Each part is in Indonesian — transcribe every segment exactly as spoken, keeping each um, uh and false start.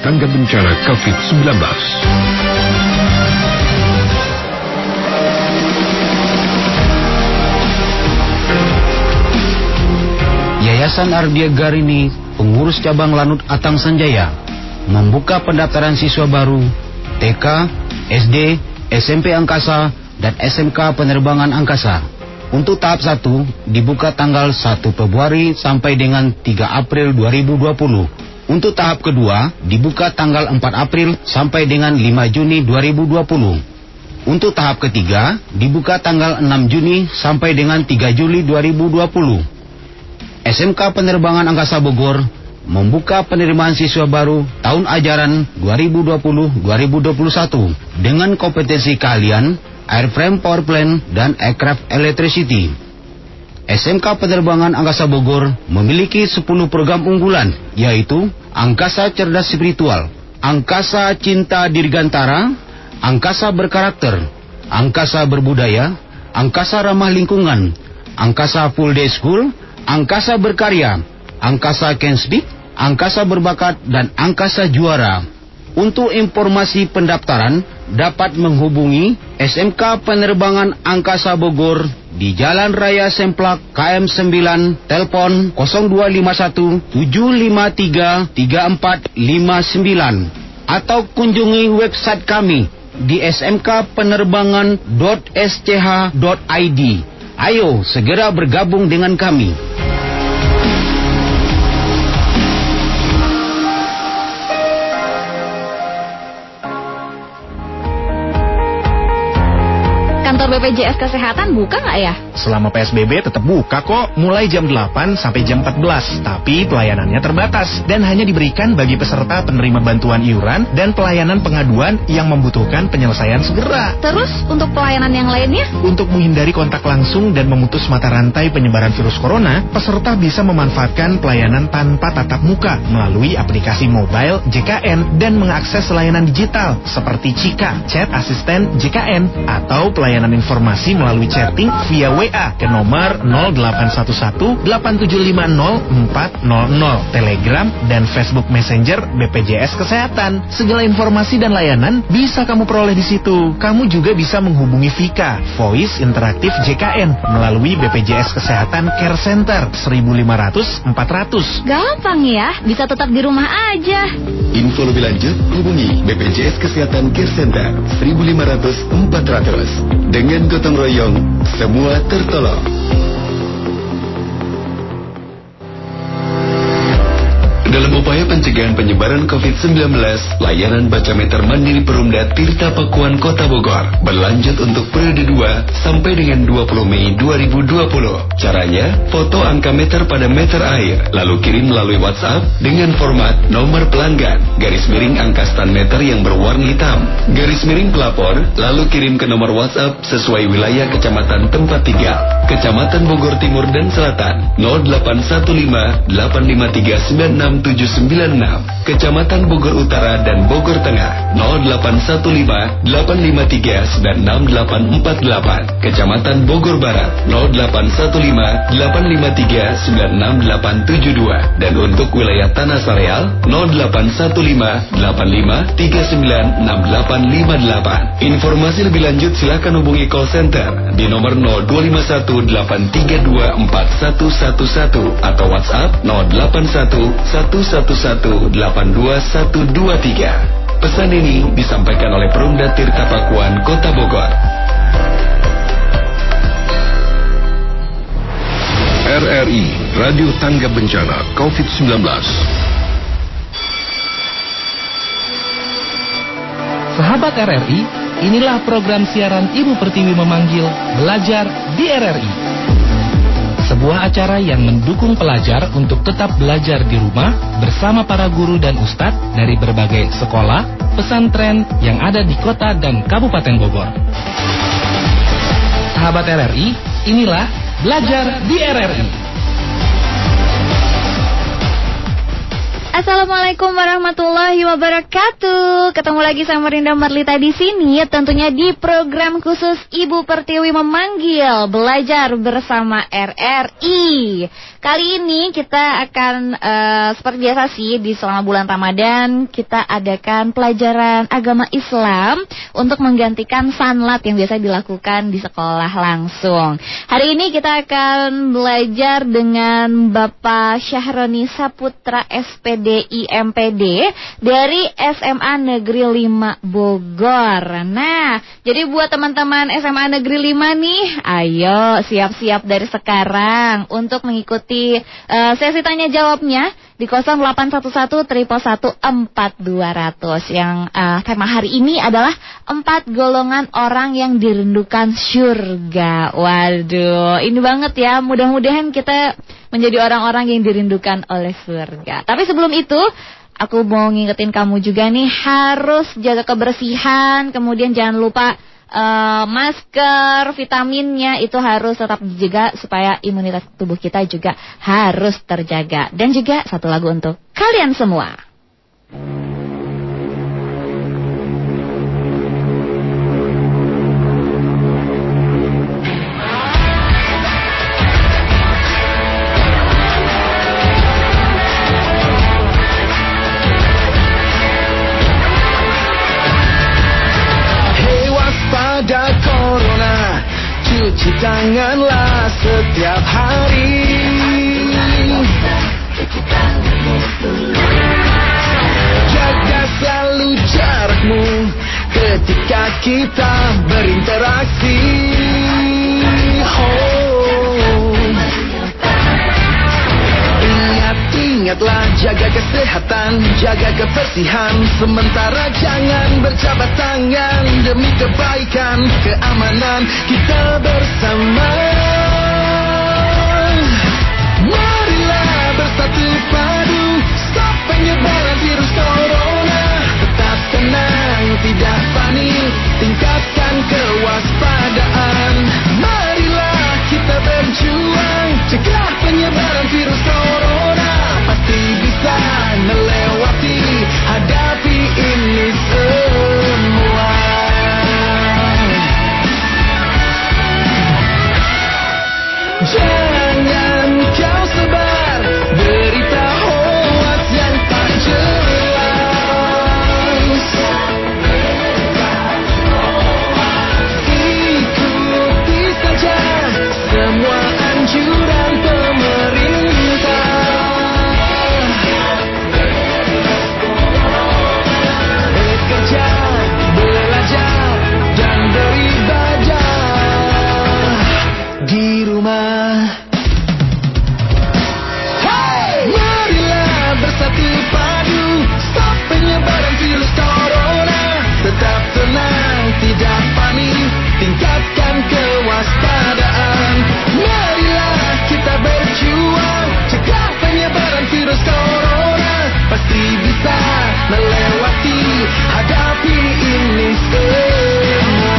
Tanggap Bencana covid sembilan belas. Yayasan Ardia Garini, pengurus cabang Lanut Atang Sanjaya, membuka pendaftaran siswa baru T K, S D, S M P Angkasa, dan S M K Penerbangan Angkasa. Untuk tahap satu dibuka tanggal satu Februari sampai dengan tiga April dua ribu dua puluh. Untuk tahap kedua dibuka tanggal empat April sampai dengan lima Juni dua ribu dua puluh. Untuk tahap ketiga dibuka tanggal enam Juni sampai dengan tiga Juli dua ribu dua puluh. S M K Penerbangan Angkasa Bogor membuka penerimaan siswa baru tahun ajaran dua ribu dua puluh dua ribu dua puluh satu dengan kompetensi keahlian Airframe Power Plant dan Aircraft Electricity. S M K Penerbangan Angkasa Bogor memiliki sepuluh program unggulan, yaitu Angkasa Cerdas Spiritual, Angkasa Cinta Dirgantara, Angkasa Berkarakter, Angkasa Berbudaya, Angkasa Ramah Lingkungan, Angkasa Full Day School, Angkasa Berkarya, Angkasa Can Speak, Angkasa Berbakat, dan Angkasa Juara. Untuk informasi pendaftaran dapat menghubungi S M K Penerbangan Angkasa Bogor di Jalan Raya Semplak K M sembilan, telepon nol dua lima satu tujuh lima tiga tiga empat lima sembilan atau kunjungi website kami di s m k penerbangan dot s c h dot i d. Ayo segera bergabung dengan kami. Kantor B P J S Kesehatan buka nggak ya? Selama P S B B tetap buka kok, mulai jam delapan sampai jam empat belas. Tapi pelayanannya terbatas dan hanya diberikan bagi peserta penerima bantuan iuran dan pelayanan pengaduan yang membutuhkan penyelesaian segera. Terus untuk pelayanan yang lainnya? Untuk menghindari kontak langsung dan memutus mata rantai penyebaran virus corona, peserta bisa memanfaatkan pelayanan tanpa tatap muka melalui aplikasi mobile J K N dan mengakses layanan digital seperti Cika, Chat Asisten J K N, atau pelayanan informasi melalui chatting via W A ke nomor nol delapan satu satu delapan tujuh lima nol empat nol nol, Telegram dan Facebook Messenger B P J S Kesehatan. Segala informasi dan layanan bisa kamu peroleh di situ. Kamu juga bisa menghubungi Vika, Voice Interaktif J K N, melalui B P J S Kesehatan Care Center seribu lima ratus empat ratus. Gampang ya, bisa tetap di rumah aja. Info lebih lanjut hubungi B P J S Kesehatan Care Center seribu lima ratus empat ratus. Dengan gotong royong, semua tertolong. Dalam upaya pencegahan penyebaran covid sembilan belas, layanan baca meter mandiri Perumda Tirta Pakuan Kota Bogor berlanjut untuk periode dua sampai dengan dua puluh Mei dua ribu dua puluh. Caranya, foto angka meter pada meter air, lalu kirim melalui WhatsApp dengan format nomor pelanggan, garis miring angka stand meter yang berwarna hitam, garis miring pelapor, lalu kirim ke nomor WhatsApp sesuai wilayah kecamatan tempat tinggal. Kecamatan Bogor Timur dan Selatan nol delapan satu lima delapan lima tiga sembilan enam tujuh sembilan enam, Kecamatan Bogor Utara dan Bogor Tengah nol delapan satu lima delapan lima tiga sembilan enam delapan empat delapan, Kecamatan Bogor Barat nol delapan satu lima delapan lima tiga sembilan enam delapan tujuh dua, dan untuk wilayah Tanah Sareal nol delapan satu lima delapan lima tiga sembilan enam delapan lima delapan. Informasi lebih lanjut silakan hubungi call center di nomor nol dua lima satu delapan tiga dua empat satu satu satu atau WhatsApp nol delapan satu satu satu satu delapan dua satu dua tiga. Pesan ini disampaikan oleh Perumda Tirta Pakuan Kota Bogor. R R I Radio Tanggap Bencana covid sembilan belas. Sahabat R R I, inilah program siaran Ibu Pertiwi memanggil Belajar di R R I. Sebuah acara yang mendukung pelajar untuk tetap belajar di rumah bersama para guru dan ustadz dari berbagai sekolah, pesantren yang ada di kota dan Kabupaten Bogor. Sahabat R R I, inilah Belajar di R R I. Assalamualaikum warahmatullahi wabarakatuh. Ketemu lagi sama Rinda Marlita di sini, tentunya di program khusus Ibu Pertiwi Memanggil Belajar Bersama R R I. Kali ini kita akan uh, seperti biasa sih, di selama bulan Ramadan kita adakan pelajaran agama Islam untuk menggantikan sanlat yang biasa dilakukan di sekolah langsung. Hari ini kita akan belajar dengan Bapak Syahroni Saputra S P D I M P D dari S M A Negeri lima Bogor. Nah, jadi buat teman-teman S M A Negeri lima nih, ayo siap-siap dari sekarang untuk mengikuti uh, sesi tanya jawabnya di nol delapan satu satu satu satu empat dua nol nol. Yang uh, tema hari ini adalah empat golongan orang yang dirindukan surga. Waduh, ini banget ya. Mudah-mudahan kita menjadi orang-orang yang dirindukan oleh surga. Tapi sebelum itu, aku mau ngingetin kamu juga nih, harus jaga kebersihan. Kemudian jangan lupa uh, masker, vitaminnya itu harus tetap dijaga supaya imunitas tubuh kita juga harus terjaga. Dan juga satu lagu untuk kalian semua. Cuci tanganlah setiap hari. Jaga selalu jarakmu ketika kita berinteraksi. Oh. Ingat-ingatlah, jaga kesehatan, jaga kebersihan. Sementara jangan berjabat tangan demi kebaikan, keamanan kita bersama. Marilah bersatu padu, stop penyebaran virus corona. Tetap tenang, tidak panik, tingkatkan kewaspadaan. Marilah kita berjuang, cegah penyebaran virus corona. Pasti bisa melewati, hadapi ini semua. Jangan kau sebar berita hoax yang tak jelas. Ikuti saja semua anjuran pemerintah. Bekerja, belajar, dan beribadah di rumah. Hey! Marilah bersatu padu, stop penyebaran virus corona. Tetap tenang, tidak panik, tingkatkan kewaspadaan. Marilah kita berjuang, cegah penyebaran virus corona. Pasti bisa melewati, hadapi ini semua.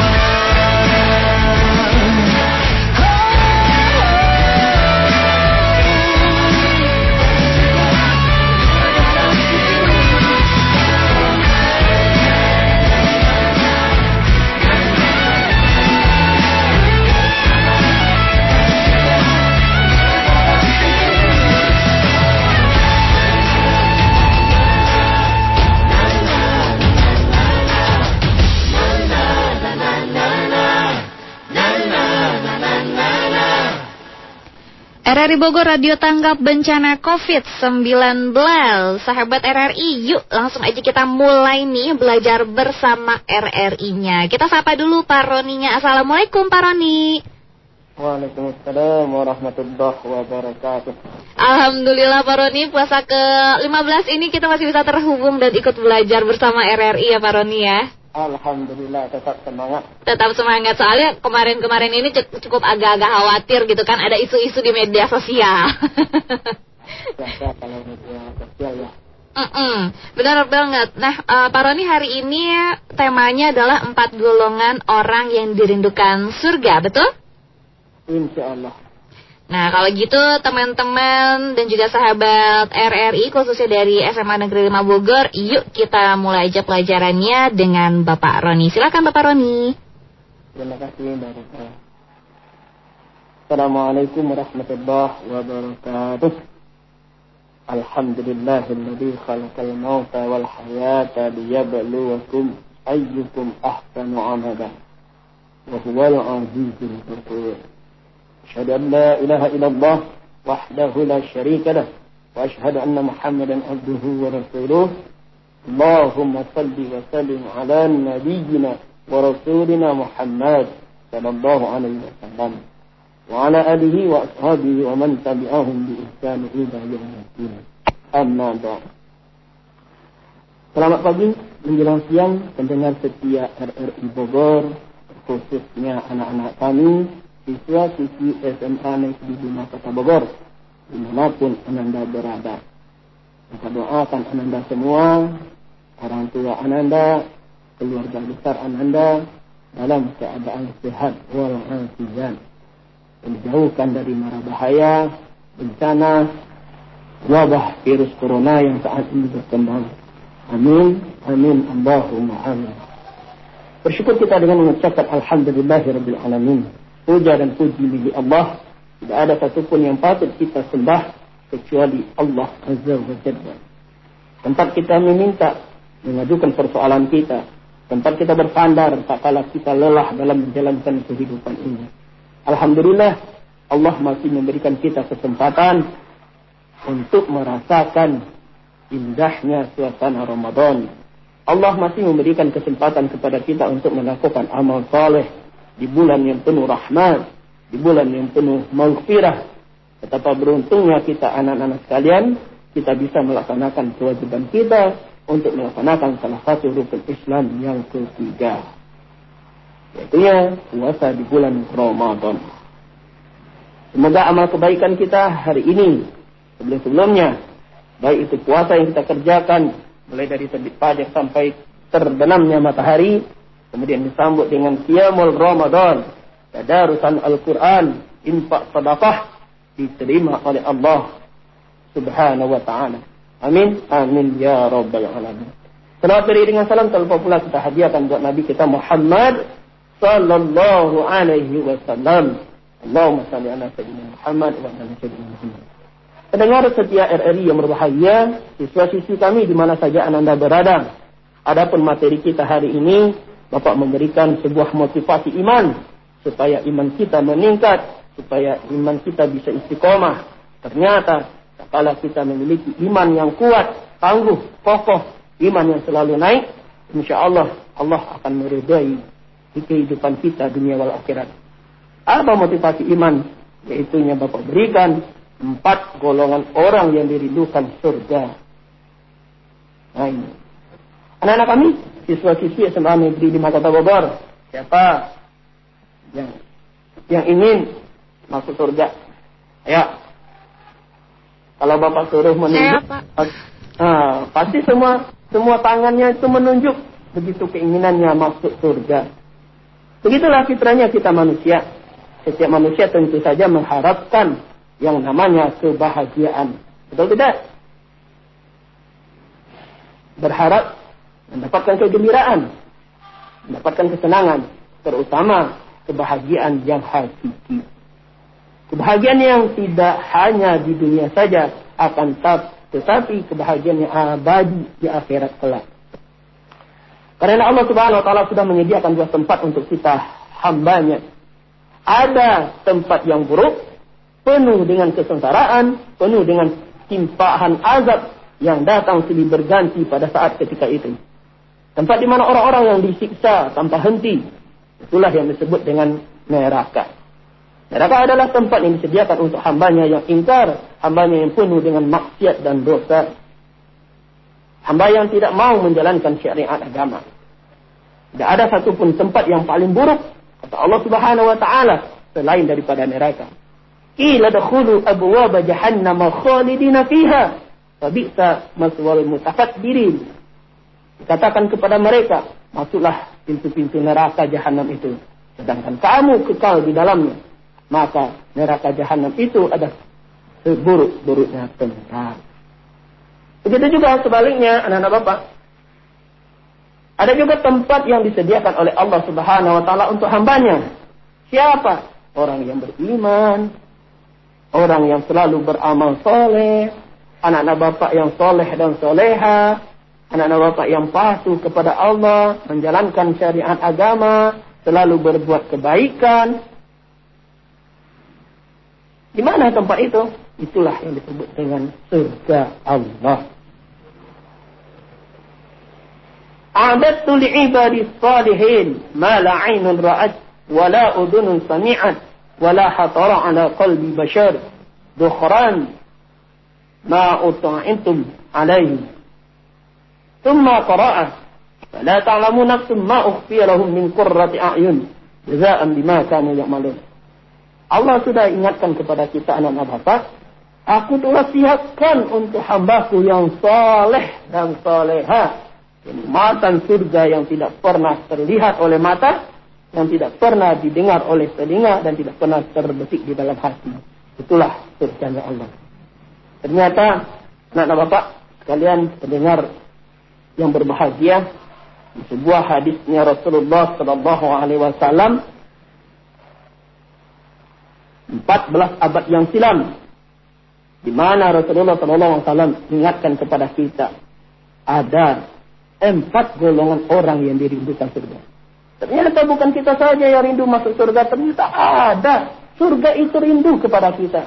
R R I Bogor, Radio Tanggap Bencana covid sembilan belas. Sahabat R R I, yuk langsung aja kita mulai nih belajar bersama R R I-nya. Kita sapa dulu Pak Roninya. Assalamualaikum Pak Roni. Waalaikumsalam warahmatullahi wabarakatuh. Alhamdulillah Pak Roni, puasa ke lima belas ini kita masih bisa terhubung dan ikut belajar bersama R R I ya Pak Roni ya. Alhamdulillah, tetap semangat. Tetap semangat, soalnya kemarin-kemarin ini cukup agak-agak khawatir gitu kan, ada isu-isu di media sosial. Ya, kalau media sosial ya. Mm-mm, benar banget. Nah, uh, Pak Roni, hari ini temanya adalah empat golongan orang yang dirindukan surga, betul? Insya Allah. Nah, kalau gitu teman-teman dan juga sahabat R R I khususnya dari S M A Negeri lima Bogor, yuk kita mulai aja pelajarannya dengan Bapak Roni. Silakan Bapak Roni. Terima kasih Mbak Rika. Assalamualaikum warahmatullahi wabarakatuh. Alhamdulillahilladzi khalaqal mauta wal hayata liyabluwakum ayyukum ahsanu amala. Wa huwal azizul ghafur. أشهد أن لا إله إلا الله وحده لا شريك له وأشهد أن محمدا عبده ورسوله اللهم صل وسلم على نبينا ورسولنا محمد صلى الله عليه وسلم وعلى آله وأصحابه ومن تبعهم بإحسان إلى يوم الدين أما بعد. Selamat pagi menjelang siang pendengar setia R R I Bogor, khususnya anak-anak kami siswa-siswi S M A Negeri lima Kota Bogor, dimanapun Ananda berada. Kita doakan Ananda semua, orang tua Ananda, keluarga besar Ananda dalam keadaan sehat walafiat, dijauhkan dari mara bahaya, bencana, wabah virus corona yang saat ini berkembang. Amin, amin, Allahumma amin. Bersyukur kita dengan mengucapkan Alhamdulillahirabbil alamin. Puja dan puji milik Allah. Tidak ada satupun yang patut kita sembah kecuali Allah Azza wa Jalla. Tempat kita meminta, mengajukan persoalan kita, tempat kita bersandar tak kala kita lelah dalam menjalankan kehidupan ini. Alhamdulillah, Allah masih memberikan kita kesempatan untuk merasakan indahnya suasana Ramadan. Allah masih memberikan kesempatan kepada kita untuk melakukan amal saleh di bulan yang penuh rahmat, di bulan yang penuh maghfirah. Betapa beruntungnya kita anak-anak sekalian, kita bisa melaksanakan kewajiban kita untuk melaksanakan salah satu rukun Islam yang ketiga, yaitu puasa di bulan Ramadan. Semoga amal kebaikan kita hari ini, sebelum-sebelumnya, baik itu puasa yang kita kerjakan, mulai dari terbit fajar sampai terbenamnya matahari, kemudian disambut dengan qiyamul Ramadan, tadarusan Al-Quran, infak sedekah, diterima oleh Allah Subhanahu wa ta'ala. Amin, amin ya rabbal alamin. Salawat beri dengan salam tanpa pula kita hadiahkan buat Nabi kita Muhammad sallallahu alaihi wasallam. Allahumma salli ala sayyidina Muhammad wa ala sayyidina Muhammad. Pendengar setia R R I yang berbahagia, siswa-siswi kami di mana saja Anda berada. Adapun materi kita hari ini, Bapak memberikan sebuah motivasi iman, supaya iman kita meningkat, supaya iman kita bisa istiqomah. Ternyata, kalau kita memiliki iman yang kuat, tangguh, kokoh, iman yang selalu naik, insya Allah, Allah akan meridai di kehidupan kita dunia wal akhirat. Apa motivasi iman? Yaitunya Bapak berikan empat golongan orang yang dirindukan surga. Nah ini. Anak-anak kami, siswa-siswi S M A Negeri lima Kota Bogor, siapa yang yang ingin masuk surga? Ayo. Kalau Bapak suruh menunjuk, nah, pasti semua semua tangannya itu menunjuk begitu keinginannya masuk surga. Begitulah fitrahnya kita manusia. Setiap manusia tentu saja mengharapkan yang namanya kebahagiaan. Betul tidak? Berharap mendapatkan kegembiraan, mendapatkan kesenangan, terutama kebahagiaan yang hakiki. Kebahagiaan yang tidak hanya di dunia saja, akan tetapi kebahagiaan yang abadi di akhirat kelak. Karena Allah Subhanahu wa taala sudah menyediakan dua tempat untuk kita hambanya. Ada tempat yang buruk, penuh dengan kesengsaraan, penuh dengan timpahan azab yang datang silih berganti pada saat ketika itu. Tempat di mana orang-orang yang disiksa tanpa henti, itulah yang disebut dengan neraka. Neraka adalah tempat yang disediakan untuk hambanya yang ingkar, hambanya yang penuh dengan maksiat dan dosa. Hamba yang tidak mau menjalankan syariat agama. Tidak ada satupun tempat yang paling buruk, kata Allah Subhanahu wa taala, selain daripada neraka. Qila dakhulu abwaaba jahannam khalidina fiha, fa bi'sa maswal mutakabbirin. Dikatakan kepada mereka, masuklah pintu-pintu neraka jahanam itu, sedangkan kamu kekal di dalamnya. maka neraka jahanam itu adalah seburuk-buruknya tempat. Begitu juga sebaliknya, anak-anak Bapak. Ada juga tempat yang disediakan oleh Allah Subhanahu wa taala untuk hambanya. Siapa? Orang yang beriman, orang yang selalu beramal soleh, anak-anak Bapak yang soleh dan soleha, anak-anak Bapak yang patuh kepada Allah, menjalankan syariat agama, selalu berbuat kebaikan. Di mana tempat itu? Itulah yang disebut dengan surga Allah. A'adadtu li'ibadi salihin ma la 'ainun ra'at wa la udhunun sami'at wa la khatara 'ala qalbi bashar dukhran ma uta'intum 'alaihi. Thumma qara'a fala ta'lamu nafsun ma ukhfiya lahum min qurrati a'yun jazaa'an bima kanu ya'malun. Allah sudah ingatkan kepada kita anak-anak Bapak, aku telah siapkan untuk hambaku yang saleh dan saleha kenikmatan surga yang tidak pernah terlihat oleh mata, yang tidak pernah didengar oleh telinga, dan tidak pernah terbetik di dalam hati. Itulah surganya Allah. Ternyata anak-anak Bapak sekalian pendengar yang berbahagia, di sebuah hadisnya Rasulullah sallallahu alaihi wasallam empat belas abad yang silam, di mana Rasulullah sallallahu alaihi wasallam ingatkan kepada kita ada empat golongan orang yang dirindukan surga. Ternyata bukan kita saja yang rindu masuk surga, ternyata ada. Surga itu rindu kepada kita.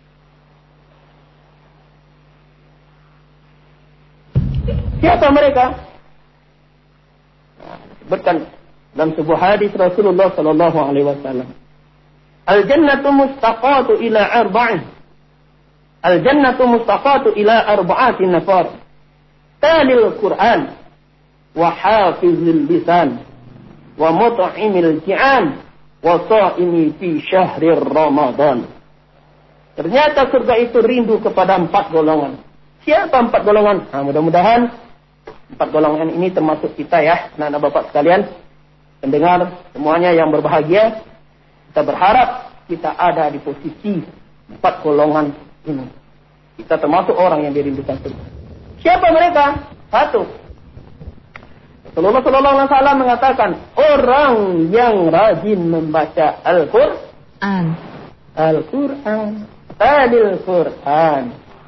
Siapa mereka? Nah, disebutkan dalam sebuah hadis Rasulullah sallallahu alaihi wasallam. Al-jannatu mustaqatu ila arba'in. Al-jannatu mustaqatu ila arba'atin nafar. Talil Qur'an wa hafizil lisan wa mut'imil ji'an wa sha'imi fi syahrir Ramadan. Ternyata surga itu rindu kepada empat golongan. Siapa empat golongan? Nah, mudah-mudahan empat golongan ini termasuk kita ya, anak-anak Bapak sekalian, pendengar semuanya yang berbahagia. Kita berharap kita ada di posisi empat golongan ini. Kita termasuk orang yang dirindukan surga. Siapa mereka? Satu, Rasulullah sallallahu alaihi wasallam mengatakan, orang yang rajin membaca Al-Qur'an. Al-Qur'an. Talil Qur'an.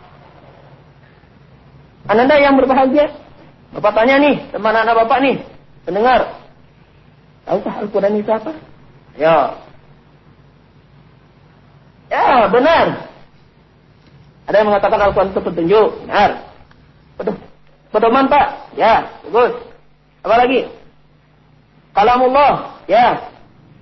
Anda yang berbahagia, Bapak tanya nih, teman anak Bapak nih, pendengar, tahukah Al-Qur'an itu apa? Ya. Ya, benar. Ada yang mengatakan Al-Qur'an itu petunjuk. Benar. Pedoman Pak. Ya, bagus. Apa lagi? Kalamullah. Ya.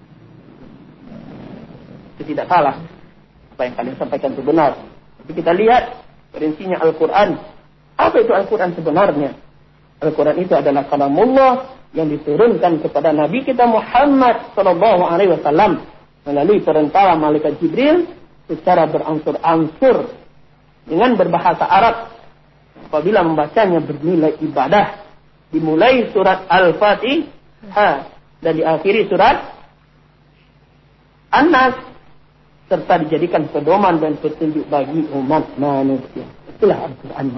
Itu tidak salah. Apa yang kalian sampaikan itu benar. Tapi kita lihat prinsipnya Al-Quran. Apa itu Al-Quran sebenarnya? Al-Quran itu adalah kalamullah yang diturunkan kepada Nabi kita Muhammad sallallahu alaihi wasallam melalui perantara malaikat Jibril secara berangsur-angsur dengan berbahasa Arab. Apabila membacanya bernilai ibadah, dimulai surat Al-Fatihah dan diakhiri surat An-Nas, serta dijadikan pedoman dan petunjuk bagi umat manusia. Itulah Al-Quran.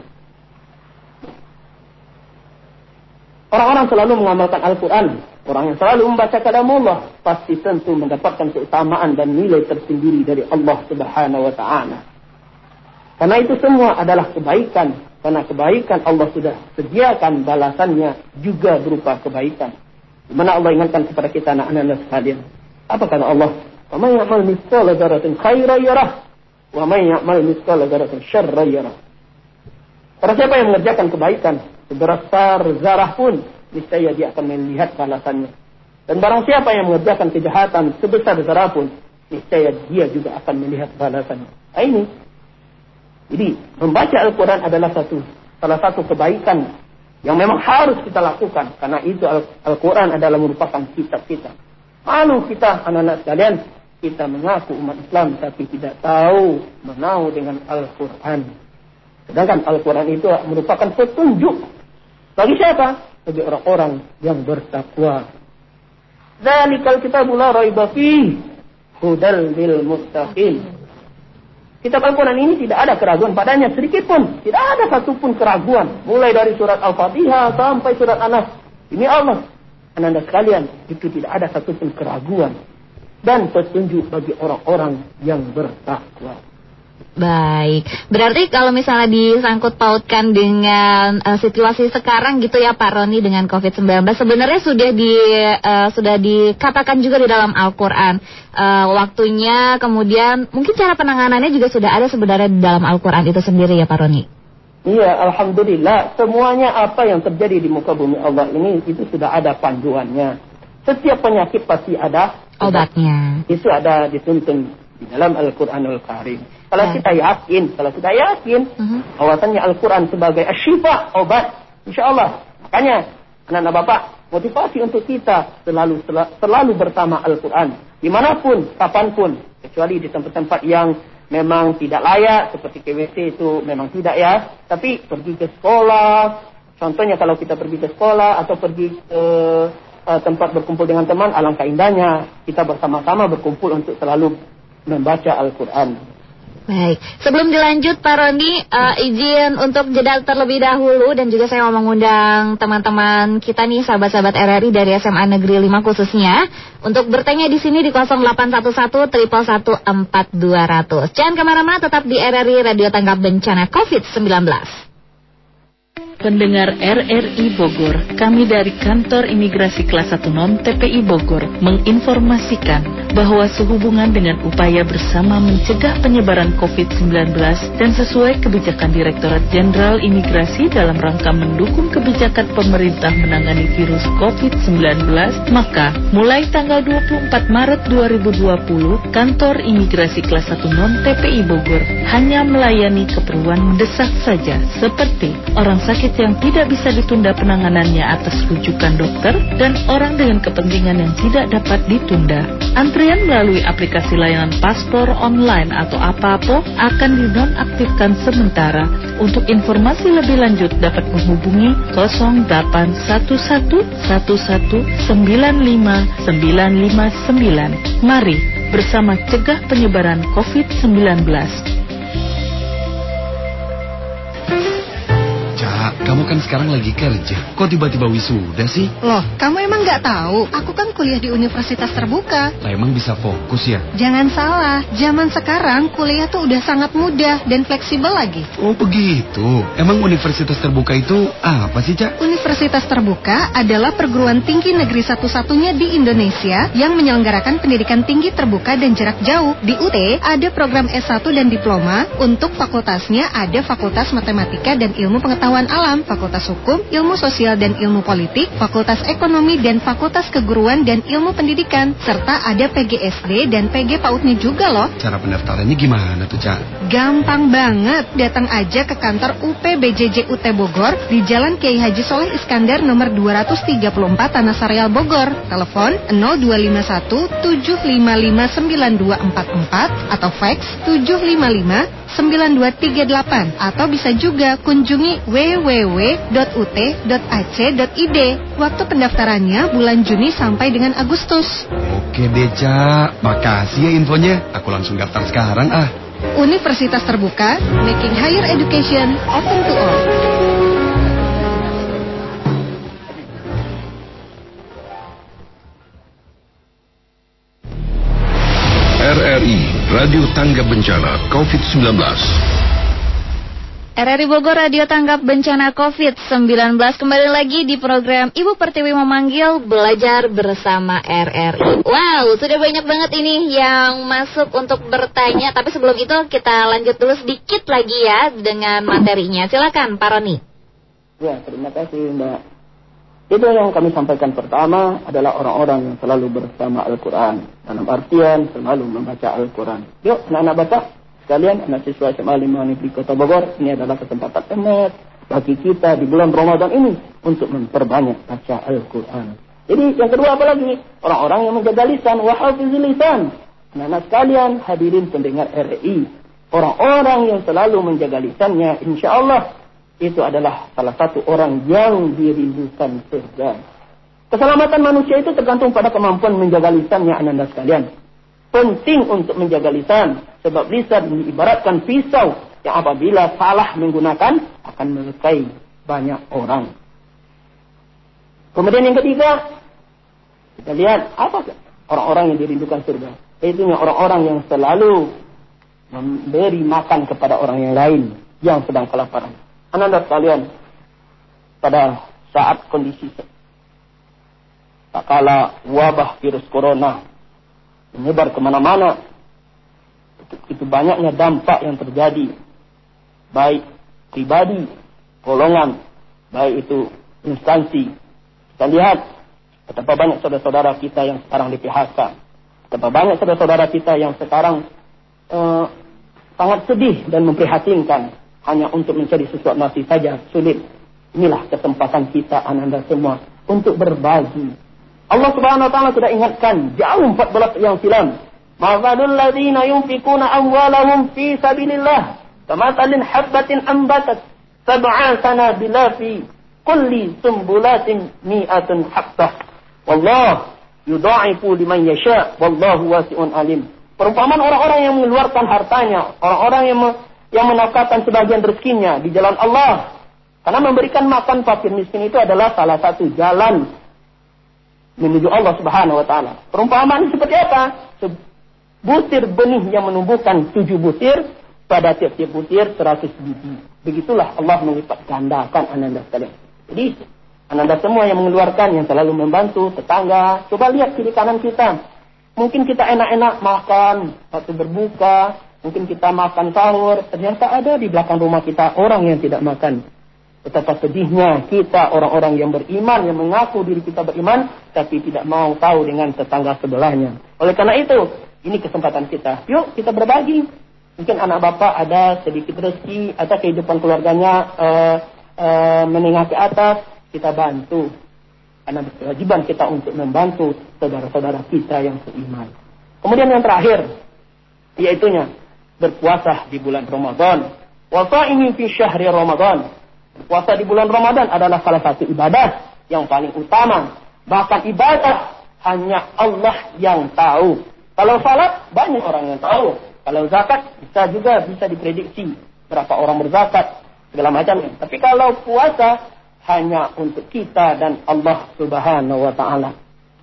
Orang-orang selalu mengamalkan Al-Quran, orang yang selalu membaca kalamullah pasti tentu mendapatkan keutamaan dan nilai tersendiri dari Allah Subhanahu wa taala. Karena itu semua adalah kebaikan. Karena kebaikan Allah sudah sediakan balasannya juga berupa kebaikan. Di mana Allah ingatkan kepada kita anak-anak sekalian. Apa kata Allah? Wa may ya'mal mithqala dzarratin khairan yarah wa may ya'mal mithqala dzarratin syarran yarah. Para siapa yang mengerjakan kebaikan sebesar zarah pun, niscaya dia akan melihat balasannya. Dan barang siapa yang mengerjakan kejahatan sebesar zarah pun, niscaya dia juga akan melihat balasannya. Nah, ini. Jadi, membaca Al-Quran adalah satu, salah satu kebaikan yang memang harus kita lakukan. Karena itu Al-Quran adalah merupakan kitab kita. Malu kita, anak-anak sekalian, kita mengaku umat Islam tapi tidak tahu menau dengan Al-Quran. Sedangkan Al-Quran itu merupakan petunjuk. Bagi siapa? Bagi orang-orang yang bertakwa. Dzalikal kitabul la raiba fihi hudal lil muttaqin. Kitab Al-Quran ini tidak ada keraguan padanya sedikit pun. Tidak ada satupun keraguan. Mulai dari surat Al-Fatihah sampai surat An-Nas. Ini Allah. Ananda sekalian, itu tidak ada satupun keraguan. Dan petunjuk bagi orang-orang yang bertakwa. Baik, berarti kalau misalnya disangkut pautkan dengan uh, situasi sekarang gitu ya Pak Roni dengan covid sembilan belas, sebenarnya sudah di uh, sudah dikatakan juga di dalam Al-Quran uh, waktunya, kemudian mungkin cara penanganannya juga sudah ada sebenarnya di dalam Al-Quran itu sendiri ya Pak Roni. Iya, alhamdulillah, semuanya apa yang terjadi di muka bumi Allah ini itu sudah ada panduannya. Setiap penyakit pasti ada obatnya. Itu ada dituntun di dalam Al-Quranul Karim. Kalau ya. kita yakin, kalau kita yakin, uh-huh. bahwasannya Al-Quran sebagai asyifa, obat, insya Allah. Makanya, anak-anak bapak, motivasi untuk kita selalu sel- selalu bersama Al-Quran. Dimanapun, kapanpun, kecuali di tempat-tempat yang memang tidak layak, seperti K W C itu memang tidak ya. Tapi pergi ke sekolah, contohnya kalau kita pergi ke sekolah atau pergi ke uh, tempat berkumpul dengan teman, alangkah indahnya kita bersama-sama berkumpul untuk selalu membaca Al-Quran. Baik, sebelum dilanjut Pak Roni, uh, izin untuk jeda terlebih dahulu dan juga saya mau mengundang teman-teman kita nih, sahabat-sahabat R R I dari S M A Negeri lima khususnya, untuk bertanya di sini di nol delapan satu satu satu satu empat dua nol nol. Jangan kemana-mana, tetap di R R I Radio Tanggap Bencana covid sembilan belas. Pendengar R R I Bogor, kami dari Kantor Imigrasi Kelas satu Non T P I Bogor menginformasikan bahwa sehubungan dengan upaya bersama mencegah penyebaran covid sembilan belas dan sesuai kebijakan Direktorat Jenderal Imigrasi dalam rangka mendukung kebijakan pemerintah menangani virus covid sembilan belas, maka mulai tanggal dua puluh empat Maret dua ribu dua puluh, Kantor Imigrasi Kelas satu Non T P I Bogor hanya melayani keperluan mendesak saja, seperti orang sakit yang tidak bisa ditunda penanganannya atas rujukan dokter dan orang dengan kepentingan yang tidak dapat ditunda. Antrian melalui aplikasi layanan paspor online atau APAPO akan dinonaktifkan sementara. Untuk informasi lebih lanjut dapat menghubungi nol delapan satu satu satu satu sembilan lima sembilan lima sembilan. Mari bersama cegah penyebaran covid sembilan belas. Kamu kan sekarang lagi kerja. Kok tiba-tiba wisuda sih? Loh, kamu emang nggak tahu? Aku kan kuliah di universitas terbuka. Lah emang bisa fokus ya? Jangan salah, zaman sekarang kuliah tuh udah sangat mudah dan fleksibel lagi. Oh begitu. Emang universitas terbuka itu apa sih, Cak? Universitas terbuka adalah perguruan tinggi negeri satu-satunya di Indonesia yang menyelenggarakan pendidikan tinggi terbuka dan jarak jauh. Di U T ada program S satu dan diploma. Untuk fakultasnya ada Fakultas Matematika dan Ilmu Pengetahuan Alam, Fakultas Hukum, Ilmu Sosial dan Ilmu Politik, Fakultas Ekonomi dan Fakultas Keguruan dan Ilmu Pendidikan, serta ada P G S D dan P G PAUD-nya juga loh. Cara pendaftarannya gimana tuh, Cak? Gampang banget, datang aja ke kantor U P B J J U T Bogor di Jalan Kiai Haji Soleh Iskandar nomor dua ratus tiga puluh empat Tanah Sareal Bogor. Telepon nol dua lima satu tujuh lima lima sembilan dua empat empat atau fax tujuh lima lima sembilan dua tiga delapan, atau bisa juga kunjungi w w w titik u t titik a c titik i d. Waktu pendaftarannya bulan Juni sampai dengan Agustus. Oke deh, Cak. Makasih ya infonya. Aku langsung daftar sekarang ah. Universitas Terbuka, making higher education open to all. R R I Radio Tanggap Bencana covid sembilan belas. R R I Bogor Radio Tanggap Bencana covid sembilan belas kembali lagi di program Ibu Pertiwi memanggil belajar bersama R R I. Wow, sudah banyak banget ini yang masuk untuk bertanya. Tapi sebelum itu kita lanjut dulu sedikit lagi ya dengan materinya. Silakan Pak Roni. Ya, terima kasih Mbak. Itu yang kami sampaikan pertama adalah orang-orang yang selalu bersama Al-Quran. Dalam artian selalu membaca Al-Quran. Yuk, anak-anak baca. Sekalian, anak siswa S M A lima Negeri Kota Bogor, ini adalah kesempatan emas bagi kita di bulan Ramadan ini untuk memperbanyak baca Al-Quran. Jadi yang kedua apa lagi? Orang-orang yang menjaga lisan, wahafizil lisan. Anak-anak sekalian, hadirin pendengar R R I. Orang-orang yang selalu menjaga lisannya, insya Allah itu adalah salah satu orang yang dirindukan surga. Keselamatan manusia itu tergantung pada kemampuan menjaga lisannya, anak-anak sekalian. Penting untuk menjaga lisan, sebab lisan diibaratkan pisau yang apabila salah menggunakan akan melukai banyak orang. Kemudian yang ketiga, kita lihat apa orang-orang yang dirindukan surga. Itu orang-orang yang selalu memberi makan kepada orang yang lain yang sedang kelaparan. Anda sekalian, pada saat kondisi tak kala wabah virus corona menyebar kemana-mana, itu banyaknya dampak yang terjadi, baik pribadi, golongan, baik itu instansi. Kita lihat betapa banyak saudara-saudara kita yang sekarang di P H K, betapa banyak saudara-saudara kita yang sekarang eh, sangat sedih dan memprihatinkan, hanya untuk mencari sesuatu nasi saja sulit. Inilah kesempatan kita Anda semua untuk berbagi. Allah Subhanahu wa taala sudah ingatkan jauh empat belas yang silam. Ma'zalul ladzina yunfikuna amwalahum fi sabilillah kamathalin habbatin ambatat sab'a sanabila fi kulli sumbulatin mi'atun habbah. Wallahu yudha'ifu liman yasha wallahu wasi'un alim. Perumpamaan orang-orang yang mengeluarkan hartanya, orang-orang yang me- yang menafkahkan sebagian rezekinya di jalan Allah. Karena memberikan makan fakir miskin itu adalah salah satu jalan menuju Allah Subhanahu wa taala. Perumpamaan seperti apa? Butir benih yang menumbuhkan tujuh butir, pada tiap-tiap butir seratus biji. Begitulah Allah melipat gandakan Anda sekalian. Jadi Anda semua yang mengeluarkan, yang selalu membantu tetangga, coba lihat kiri kanan kita. Mungkin kita enak-enak makan waktu berbuka, mungkin kita makan sahur, ternyata ada di belakang rumah kita orang yang tidak makan. Betapa sedihnya kita orang-orang yang beriman, yang mengaku diri kita beriman, tapi tidak mau tahu dengan tetangga sebelahnya. Oleh karena itu, ini kesempatan kita. Yuk kita berbagi. Mungkin anak bapak ada sedikit rezeki, ada kehidupan keluarganya uh, uh, menengah ke atas, kita bantu. Karena kewajiban kita untuk membantu saudara-saudara kita yang beriman. Kemudian yang terakhir, yaitunya berpuasa di bulan Ramadan. Wasa'imin fi syahri Ramadan. Puasa di bulan Ramadan adalah salah satu ibadah yang paling utama. Bahkan ibadah hanya Allah yang tahu. Kalau salat banyak orang yang tahu. Kalau zakat bisa juga bisa diprediksi berapa orang berzakat segala macam. Tapi kalau puasa hanya untuk kita dan Allah Subhanahu wa taala.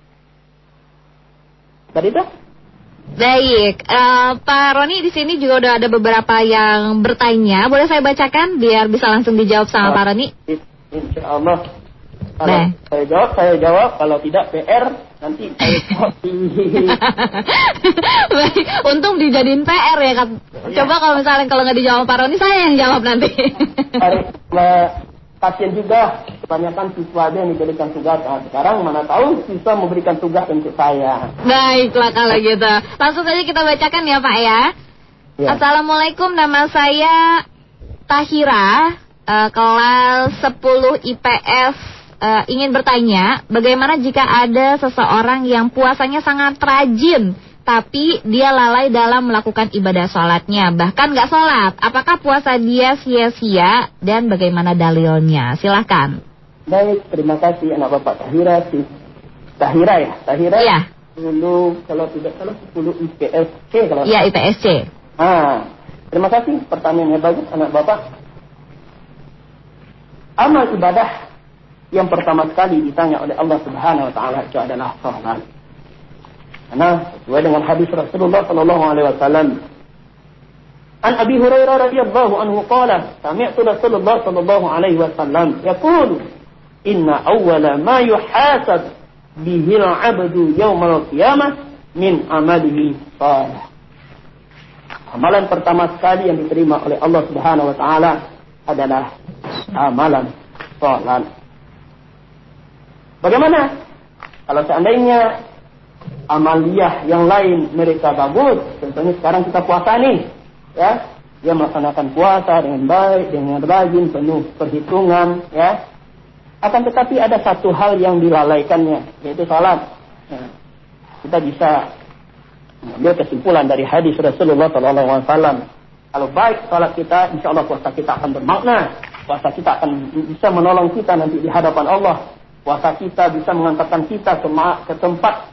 Tadi itu? Baik, uh, Pak Roni di sini juga udah ada beberapa yang bertanya. Boleh saya bacakan biar bisa langsung dijawab sama oh, Pak Roni? Insya Allah. Kalau nah. saya jawab, saya jawab. Kalau tidak P R, nanti saya jawab. Baik, untung dijadiin P R ya kan. Coba ya. Kalau misalnya kalau nggak dijawab Pak Roni, saya yang jawab nanti. Kasian juga kebanyakan siswa dia yang diberikan tugas. Nah, sekarang mana tahu siswa memberikan tugas untuk saya. Baiklah kalau gitu. Langsung saja kita bacakan ya Pak ya. Ya. Assalamualaikum, nama saya Tahira, uh, kelas sepuluh I P S, uh, ingin bertanya, bagaimana jika ada seseorang yang puasanya sangat rajin, tapi dia lalai dalam melakukan ibadah sholatnya, bahkan nggak sholat. Apakah puasa dia sia-sia dan bagaimana dalilnya? Silahkan. Baik, terima kasih anak Bapak Tahira. Tahira ya? Tahira? Iya. sepuluh, kalau tidak salah sepuluh I P S C. Kalau iya, I P S C. Ah, terima kasih. Pertanyaannya bagus anak Bapak. Amal ibadah yang pertama sekali ditanya oleh Allah Subhanahu wa taala itu adalah sholat. Karena sesuai dengan hadis Rasulullah sallallahu alaihi wasallam. An Abi Hurairah radhiyallahu anhu qala, sami'tu Rasulullah sallallahu alaihi wasallam yaqulu, inna awwala ma yuhasab bihi al-'abdu yawmal qiyamah min amalihi shalih. Amalan pertama sekali yang diterima oleh Allah Subhanahu wa taala adalah amalan salat. Bagaimana kalau seandainya amaliyah yang lain mereka bagus, contohnya sekarang kita puasa nih, ya, dia melaksanakan puasa dengan baik, dengan rajin, penuh perhitungan, ya. Akan tetapi ada satu hal yang dilalaikannya, yaitu salat. Nah, kita bisa mengambil kesimpulan dari hadis Rasulullah Sallallahu Alaihi Wasallam. Kalau baik salat kita, insya Allah puasa kita akan bermakna, puasa kita akan bisa menolong kita nanti di hadapan Allah, puasa kita bisa mengantarkan kita ke, ke tempat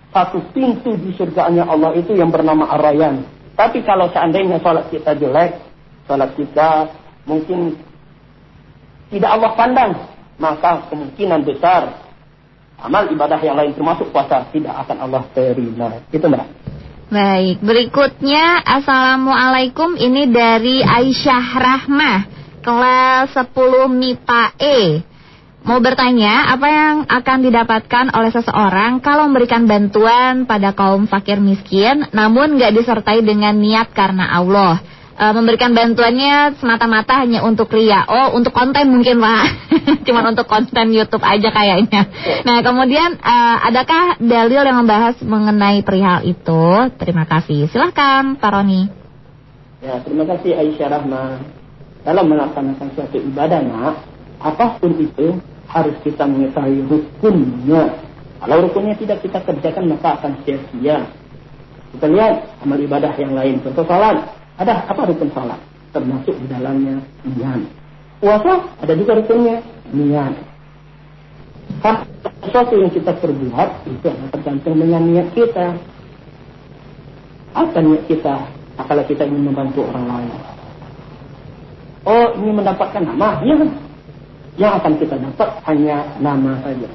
satu pintu di surganya Allah itu yang bernama Ar-Rayyan. Tapi kalau seandainya sholat kita jelek, sholat kita mungkin tidak Allah pandang, maka kemungkinan besar amal ibadah yang lain termasuk puasa tidak akan Allah terima. Itu Mbak. Baik, berikutnya Assalamualaikum, ini dari Aisyah Rahmah, kelas sepuluh M I P A E. Mau bertanya, apa yang akan didapatkan oleh seseorang kalau memberikan bantuan pada kaum fakir miskin namun gak disertai dengan niat karena Allah? E, memberikan bantuannya semata-mata hanya untuk ria. Oh, untuk konten mungkin Pak. Cuman untuk konten YouTube aja kayaknya. Nah, kemudian e, adakah dalil yang membahas mengenai perihal itu? Terima kasih. Silahkan Pak Roni. Ya, terima kasih Aisyah Rahma. Dalam melaksanakan suatu ibadah, nak, apapun itu harus kita mengetahui rukunnya. Kalau rukunnya tidak kita kerjakan maka akan sia-sia. Kita lihat amal ibadah yang lain. Contoh salat. Ada apa rukun salat? Termasuk di dalamnya niat. Puasa ada juga rukunnya niat. Karena sesuatu yang kita perbuat itu akan tergantung dengan niat kita. Apa niat kita? Kalau kita ingin membantu orang lain. Oh, ini mendapatkan nama? Ya. Yang akan kita dapat hanya nama saja.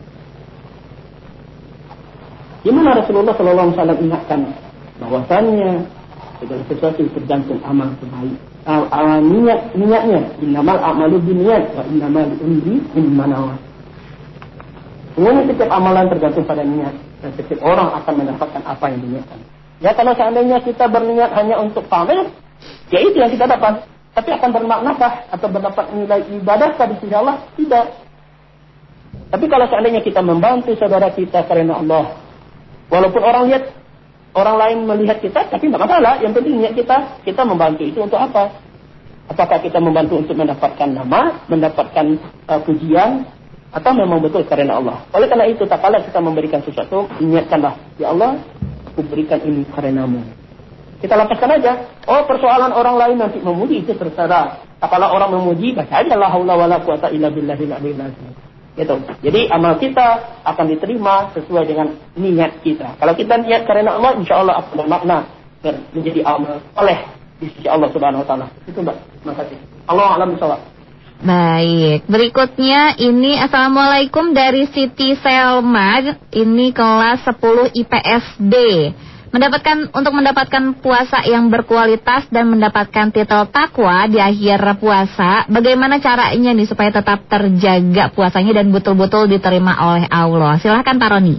Gimana Rasulullah Sallallahu Alaihi Wasallam ingatkan bahwasannya segala sesuatu tergantung amal terbaik. Uh, uh, niat niatnya. Innamal a'malu binniyat wa innamal likulli imrin ma nawa. Semuanya setiap amalan tergantung pada niat dan setiap orang akan mendapatkan apa yang diniatkan. Ya kalau seandainya kita berniat hanya untuk pamer, ya itu yang kita dapat. Tapi akan bermaknakah atau mendapat nilai ibadah di sisi Allah? Tidak. Tapi kalau seandainya kita membantu saudara kita karena Allah, walaupun orang lihat, orang lain melihat kita, tapi tidak masalah. Yang penting niat kita, kita membantu itu untuk apa? Apakah kita membantu untuk mendapatkan nama, mendapatkan uh, pujian, atau memang betul karena Allah? Oleh karena itu, tak kala kita memberikan sesuatu, niatkanlah, ya Allah, aku berikan ini karenamu. Kita lepaskan aja. Oh, persoalan orang lain nanti memuji itu terserah. Kalau orang memuji, baca aja la haula wala quwata illa billahil aliyyil azim. Gitu. Jadi amal kita akan diterima sesuai dengan niat kita. Kalau kita niat karena Allah, insya Allah akan bermakna dan menjadi amal oleh di sisi Allah Subhanahu Wa Taala. Itu Mbak. Terima kasih. Allah a'lam bishawab. Baik, berikutnya ini Assalamualaikum dari Siti Selma, ini kelas sepuluh I P S D. Mendapatkan untuk mendapatkan puasa yang berkualitas dan mendapatkan titel takwa di akhir puasa, bagaimana caranya nih supaya tetap terjaga puasanya dan betul-betul diterima oleh Allah? Silahkan Pak Roni.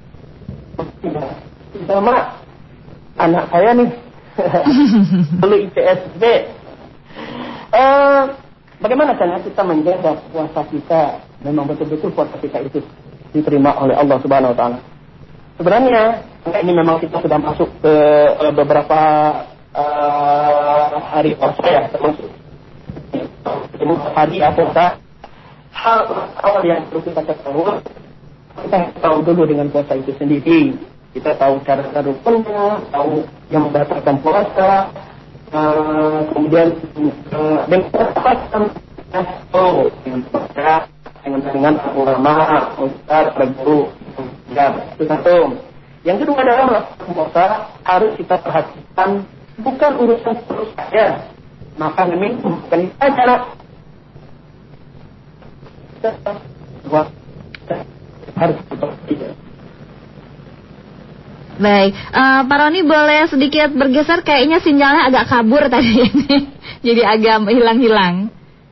Sama anak saya nih, dulu I P S D. Uh, bagaimana caranya kita menjaga puasa kita memang betul-betul puasa kita itu diterima oleh Allah Subhanahu Wa Taala? Sebenarnya ini memang kita sudah masuk ke uh, beberapa uh, hari puasa ya, termasuk hari puasa. Hal awal yang perlu kita ketahui, kita tahu dulu dengan puasa itu sendiri. Kita tahu cara-cara rukunnya, tahu yang membatalkan puasa, uh, kemudian uh, dengan puasa oh dengan puasa dengan dengan ulama, ustaz, guru. Ya, itu satu. Yang kedua adalah puasa harus kita perhatikan bukan urusan terus saja. Maka memang bukan saja. Harus kita. Baik, uh, Pak Roni boleh sedikit bergeser, kayaknya sinyalnya agak kabur tadi ini. Jadi agak hilang-hilang.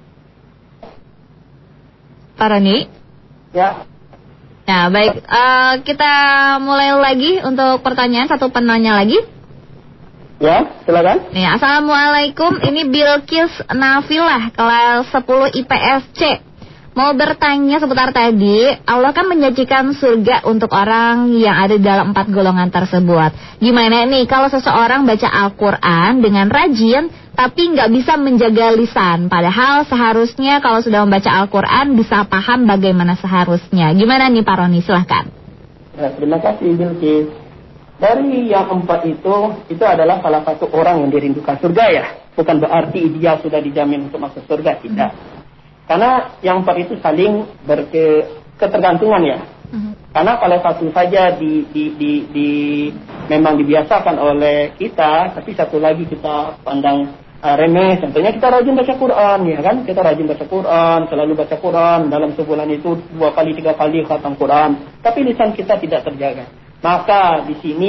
Pak Roni? Ya. Nah, baik, uh, kita mulai lagi untuk pertanyaan satu penanya lagi. Ya, silakan. Nih, Assalamualaikum, ini Bilkis Nafilah, kelas sepuluh I P S C. Mau bertanya seputar tadi, Allah kan menjanjikan surga untuk orang yang ada di dalam empat golongan tersebut. Gimana nih kalau seseorang baca Al-Quran dengan rajin, tapi nggak bisa menjaga lisan? Padahal seharusnya kalau sudah membaca Al-Quran bisa paham bagaimana seharusnya. Gimana nih Pak Roni, silahkan. Ya, terima kasih Bilkis. Dari yang empat itu, itu adalah salah satu orang yang dirindukan surga ya. Bukan berarti dia sudah dijamin untuk masuk surga, tidak. Karena yang empat itu saling berketergantungan ya. Mm-hmm. Karena kalau satu saja di, di, di, di memang dibiasakan oleh kita, tapi satu lagi kita pandang uh, remeh. Contohnya kita rajin baca Quran, ya kan? Kita rajin baca Quran, selalu baca Quran. Dalam sebulan itu dua kali, tiga kali khatam Quran. Tapi lisan kita tidak terjaga. Maka di sini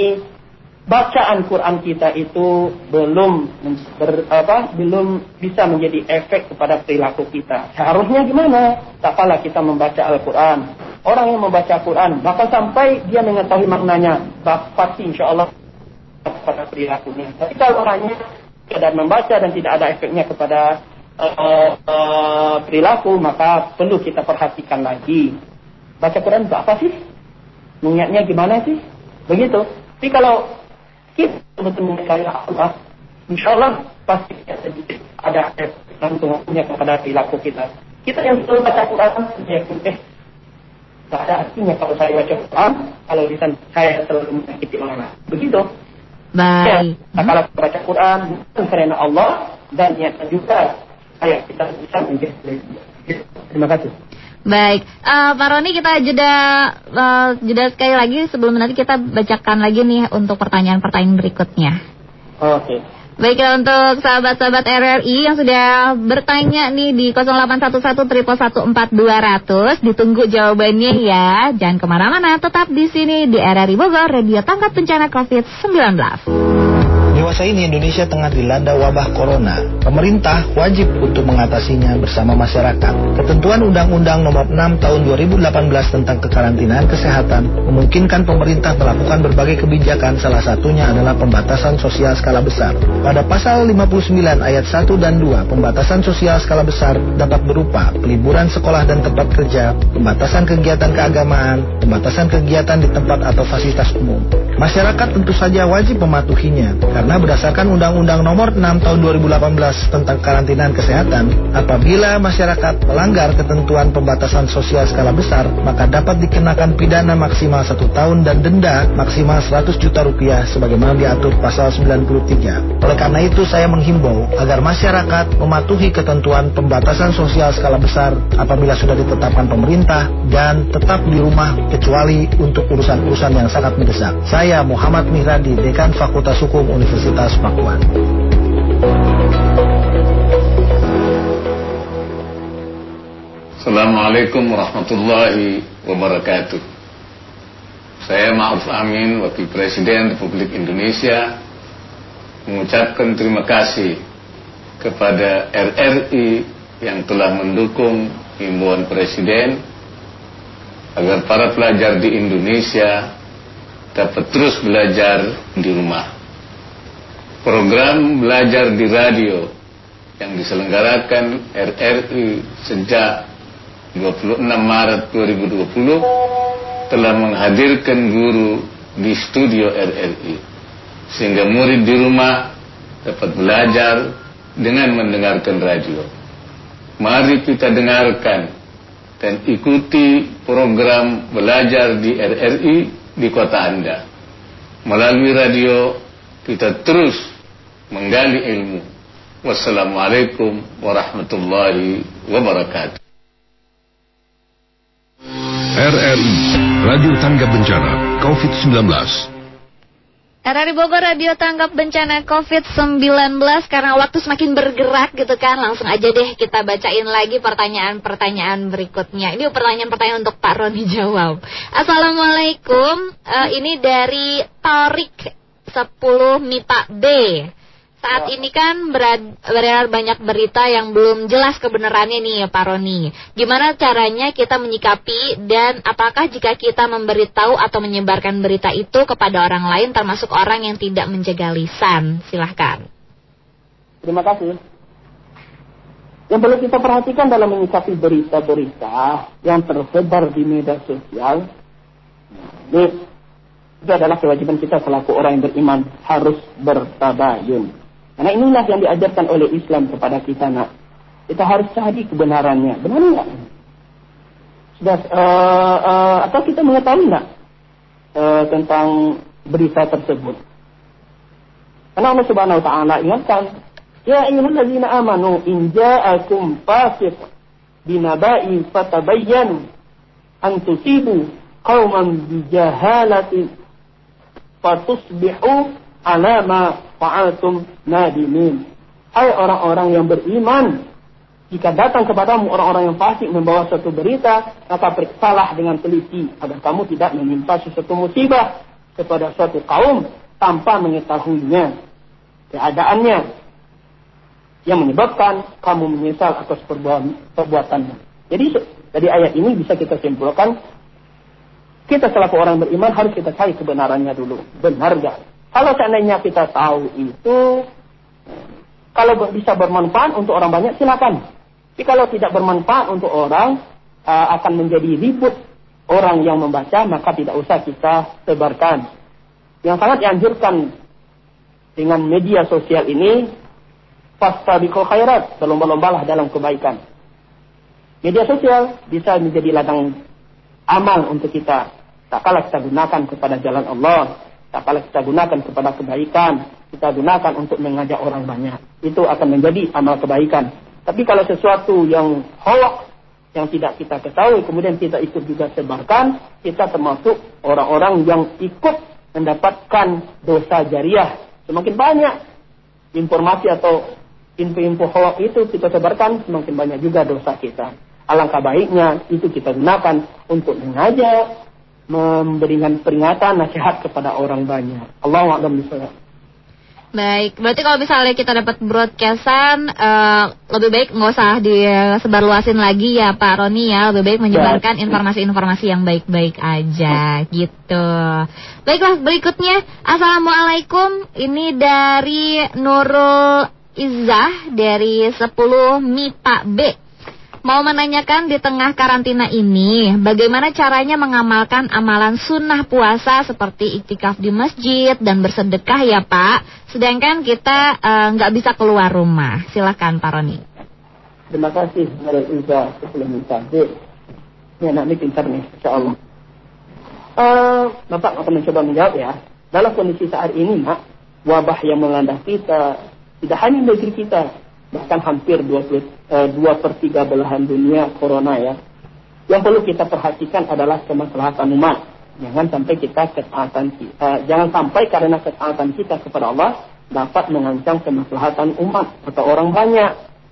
bacaan Quran kita itu belum ber, apa, belum bisa menjadi efek kepada perilaku kita. Seharusnya gimana? Tak kalah kita membaca Al-Quran. Orang yang membaca Quran, maka sampai dia mengetahui maknanya, pasti insya Allah kepada perilakunya. Tapi kalau orangnya tidak membaca dan tidak ada efeknya kepada uh, uh, perilaku, maka perlu kita perhatikan lagi. Baca Quran itu apa sih? Niatnya gimana sih? Begitu. Tapi kalau kita betul-betul kaya Allah, insya Allah pasti ada efek langsungnya kepada perilaku kita. Kita yang selalu baca Quran, ya, eh, tak ada artinya kalau saya baca Quran, kalau lisan saya selalu menyakiti orang. Begitu. Baik. Ya, kalau baca Quran bukan karena Allah dan niatnya juga saya kita bisa menjadi. Terima kasih. Baik, uh, Pak Roni, kita jeda uh, jeda sekali lagi sebelum nanti kita bacakan lagi nih untuk pertanyaan-pertanyaan berikutnya. Oke. Okay. Baiklah, untuk sahabat-sahabat R R I yang sudah bertanya nih di nol delapan satu satu satu satu empat dua nol nol, ditunggu jawabannya ya. Jangan kemana-mana, tetap di sini di R R I Bogor, Radio Tanggap Bencana covid sembilan belas. Dewasa ini Indonesia tengah dilanda wabah corona. Pemerintah wajib untuk mengatasinya bersama masyarakat. Ketentuan Undang-Undang Nomor enam Tahun dua ribu delapan belas tentang kekarantinaan kesehatan memungkinkan pemerintah melakukan berbagai kebijakan, salah satunya adalah pembatasan sosial skala besar. Pada pasal lima puluh sembilan ayat satu dan dua, pembatasan sosial skala besar dapat berupa peliburan sekolah dan tempat kerja, pembatasan kegiatan keagamaan, pembatasan kegiatan di tempat atau fasilitas umum. Masyarakat tentu saja wajib mematuhinya, karena berdasarkan Undang-Undang Nomor enam Tahun dua ribu delapan belas tentang karantinaan kesehatan, apabila masyarakat melanggar ketentuan pembatasan sosial skala besar, maka dapat dikenakan pidana maksimal satu tahun dan denda maksimal seratus juta rupiah sebagaimana diatur pasal sembilan puluh tiga. Oleh karena itu saya menghimbau agar masyarakat mematuhi ketentuan pembatasan sosial skala besar apabila sudah ditetapkan pemerintah dan tetap di rumah kecuali untuk urusan-urusan yang sangat mendesak. Saya Muhammad Mihradi, Dekan Fakultas Hukum Universitas Pakuan. Assalamualaikum warahmatullahi wabarakatuh. Saya Ma'ruf Amin, Wakil Presiden Republik Indonesia, mengucapkan terima kasih kepada R R I yang telah mendukung himbauan Presiden agar para pelajar di Indonesia dapat terus belajar di rumah. Program belajar di radio yang diselenggarakan R R I sejak dua puluh enam Maret dua ribu dua puluh telah menghadirkan guru di studio R R I, sehingga murid di rumah dapat belajar dengan mendengarkan radio. Mari kita dengarkan dan ikuti program belajar di R R I di kota Anda. Melalui radio kita terus menggali ilmu. Wassalamualaikum warahmatullahi wabarakatuh. R R I, Radio Tanggap Bencana covid sembilan belas. R R I Bogor, Radio Tanggap Bencana covid sembilan belas. Karena waktu semakin bergerak gitu kan, langsung aja deh kita bacain lagi pertanyaan-pertanyaan berikutnya. Ini pertanyaan-pertanyaan untuk Pak Roni jawab. Assalamualaikum, uh, ini dari Torik sepuluh M I P A B. Saat ini kan beredar banyak berita yang belum jelas kebenarannya nih Pak Roni. Gimana caranya kita menyikapi, dan apakah jika kita memberitahu atau menyebarkan berita itu kepada orang lain termasuk orang yang tidak menjaga lisan? Silahkan. Terima kasih. Yang perlu kita perhatikan dalam menyikapi berita-berita yang tersebar di media sosial, ini itu adalah kewajiban kita selaku orang yang beriman, harus bertabayun. Karena inilah yang diajarkan oleh Islam kepada kita, nak. Kita harus cari kebenarannya. Benar enggak? Sudah, uh, uh, atau kita mengetahui enggak uh, tentang berita tersebut? Karena Allah Subhanahu wa taala ingatkan, ya ayyuhallazina amanu in ja'akum fasiq binaba'in fatabayyanu an tusibu qauman bijahalatin fatusbihu ala ma fa'altum nadimin. Hai orang-orang yang beriman, jika datang kepadamu orang-orang yang fasik membawa suatu berita, maka periksalah dengan teliti agar kamu tidak menimpa sesuatu musibah kepada suatu kaum tanpa mengetahuinya keadaannya yang menyebabkan kamu menyesal atas perbuatannya. Jadi dari ayat ini bisa kita simpulkan, kita selaku orang beriman harus kita cari kebenarannya dulu. Benar gak? Kalau seandainya kita tahu itu, kalau bisa bermanfaat untuk orang banyak, silakan. Tapi kalau tidak bermanfaat untuk orang, uh, akan menjadi ribut orang yang membaca, maka tidak usah kita sebarkan. Yang sangat dianjurkan dengan media sosial ini, fastabiqul khairat, berlomba-lombalah dalam kebaikan. Media sosial bisa menjadi ladang amal untuk kita. Tak kalah kita gunakan kepada jalan Allah, tak kalah kita gunakan kepada kebaikan, kita gunakan untuk mengajak orang banyak. Itu akan menjadi amal kebaikan. Tapi kalau sesuatu yang hoax, yang tidak kita ketahui, kemudian kita ikut juga sebarkan, kita termasuk orang-orang yang ikut mendapatkan dosa jariah. Semakin banyak informasi atau info-info hoax itu kita sebarkan, semakin banyak juga dosa kita. Alangkah baiknya itu kita gunakan untuk mengajak, memberikan peringatan, nasihat kepada orang banyak. Allahu a'lam bishawab. Baik, berarti kalau misalnya kita dapat broadcastan, uh, lebih baik nggak usah disebarluasin lagi ya Pak Roni ya, lebih baik menyebarkan informasi-informasi yang baik-baik aja gitu. Baiklah, berikutnya, Assalamualaikum, ini dari Nurul Izzah dari sepuluh M I P A B. Mau menanyakan di tengah karantina ini, bagaimana caranya mengamalkan amalan sunnah puasa seperti iktikaf di masjid dan bersedekah ya Pak, sedangkan kita nggak uh, bisa keluar rumah. Silakan Pak Roni. Terima kasih Nurul Izzah sepuluh M I P A B. Ini anak ini pintar nih, insya Allah. Uh, Bapak akan mencoba menjawab ya. Dalam kondisi saat ini, Mak, wabah yang melanda kita tidak hanya negeri kita, bahkan hampir dua per tiga belahan dunia corona ya. Yang perlu kita perhatikan adalah kemaslahatan umat. Jangan sampai kita ketaatan kita, jangan sampai karena ketaatan kita kepada Allah dapat mengancam kemaslahatan umat atau orang banyak.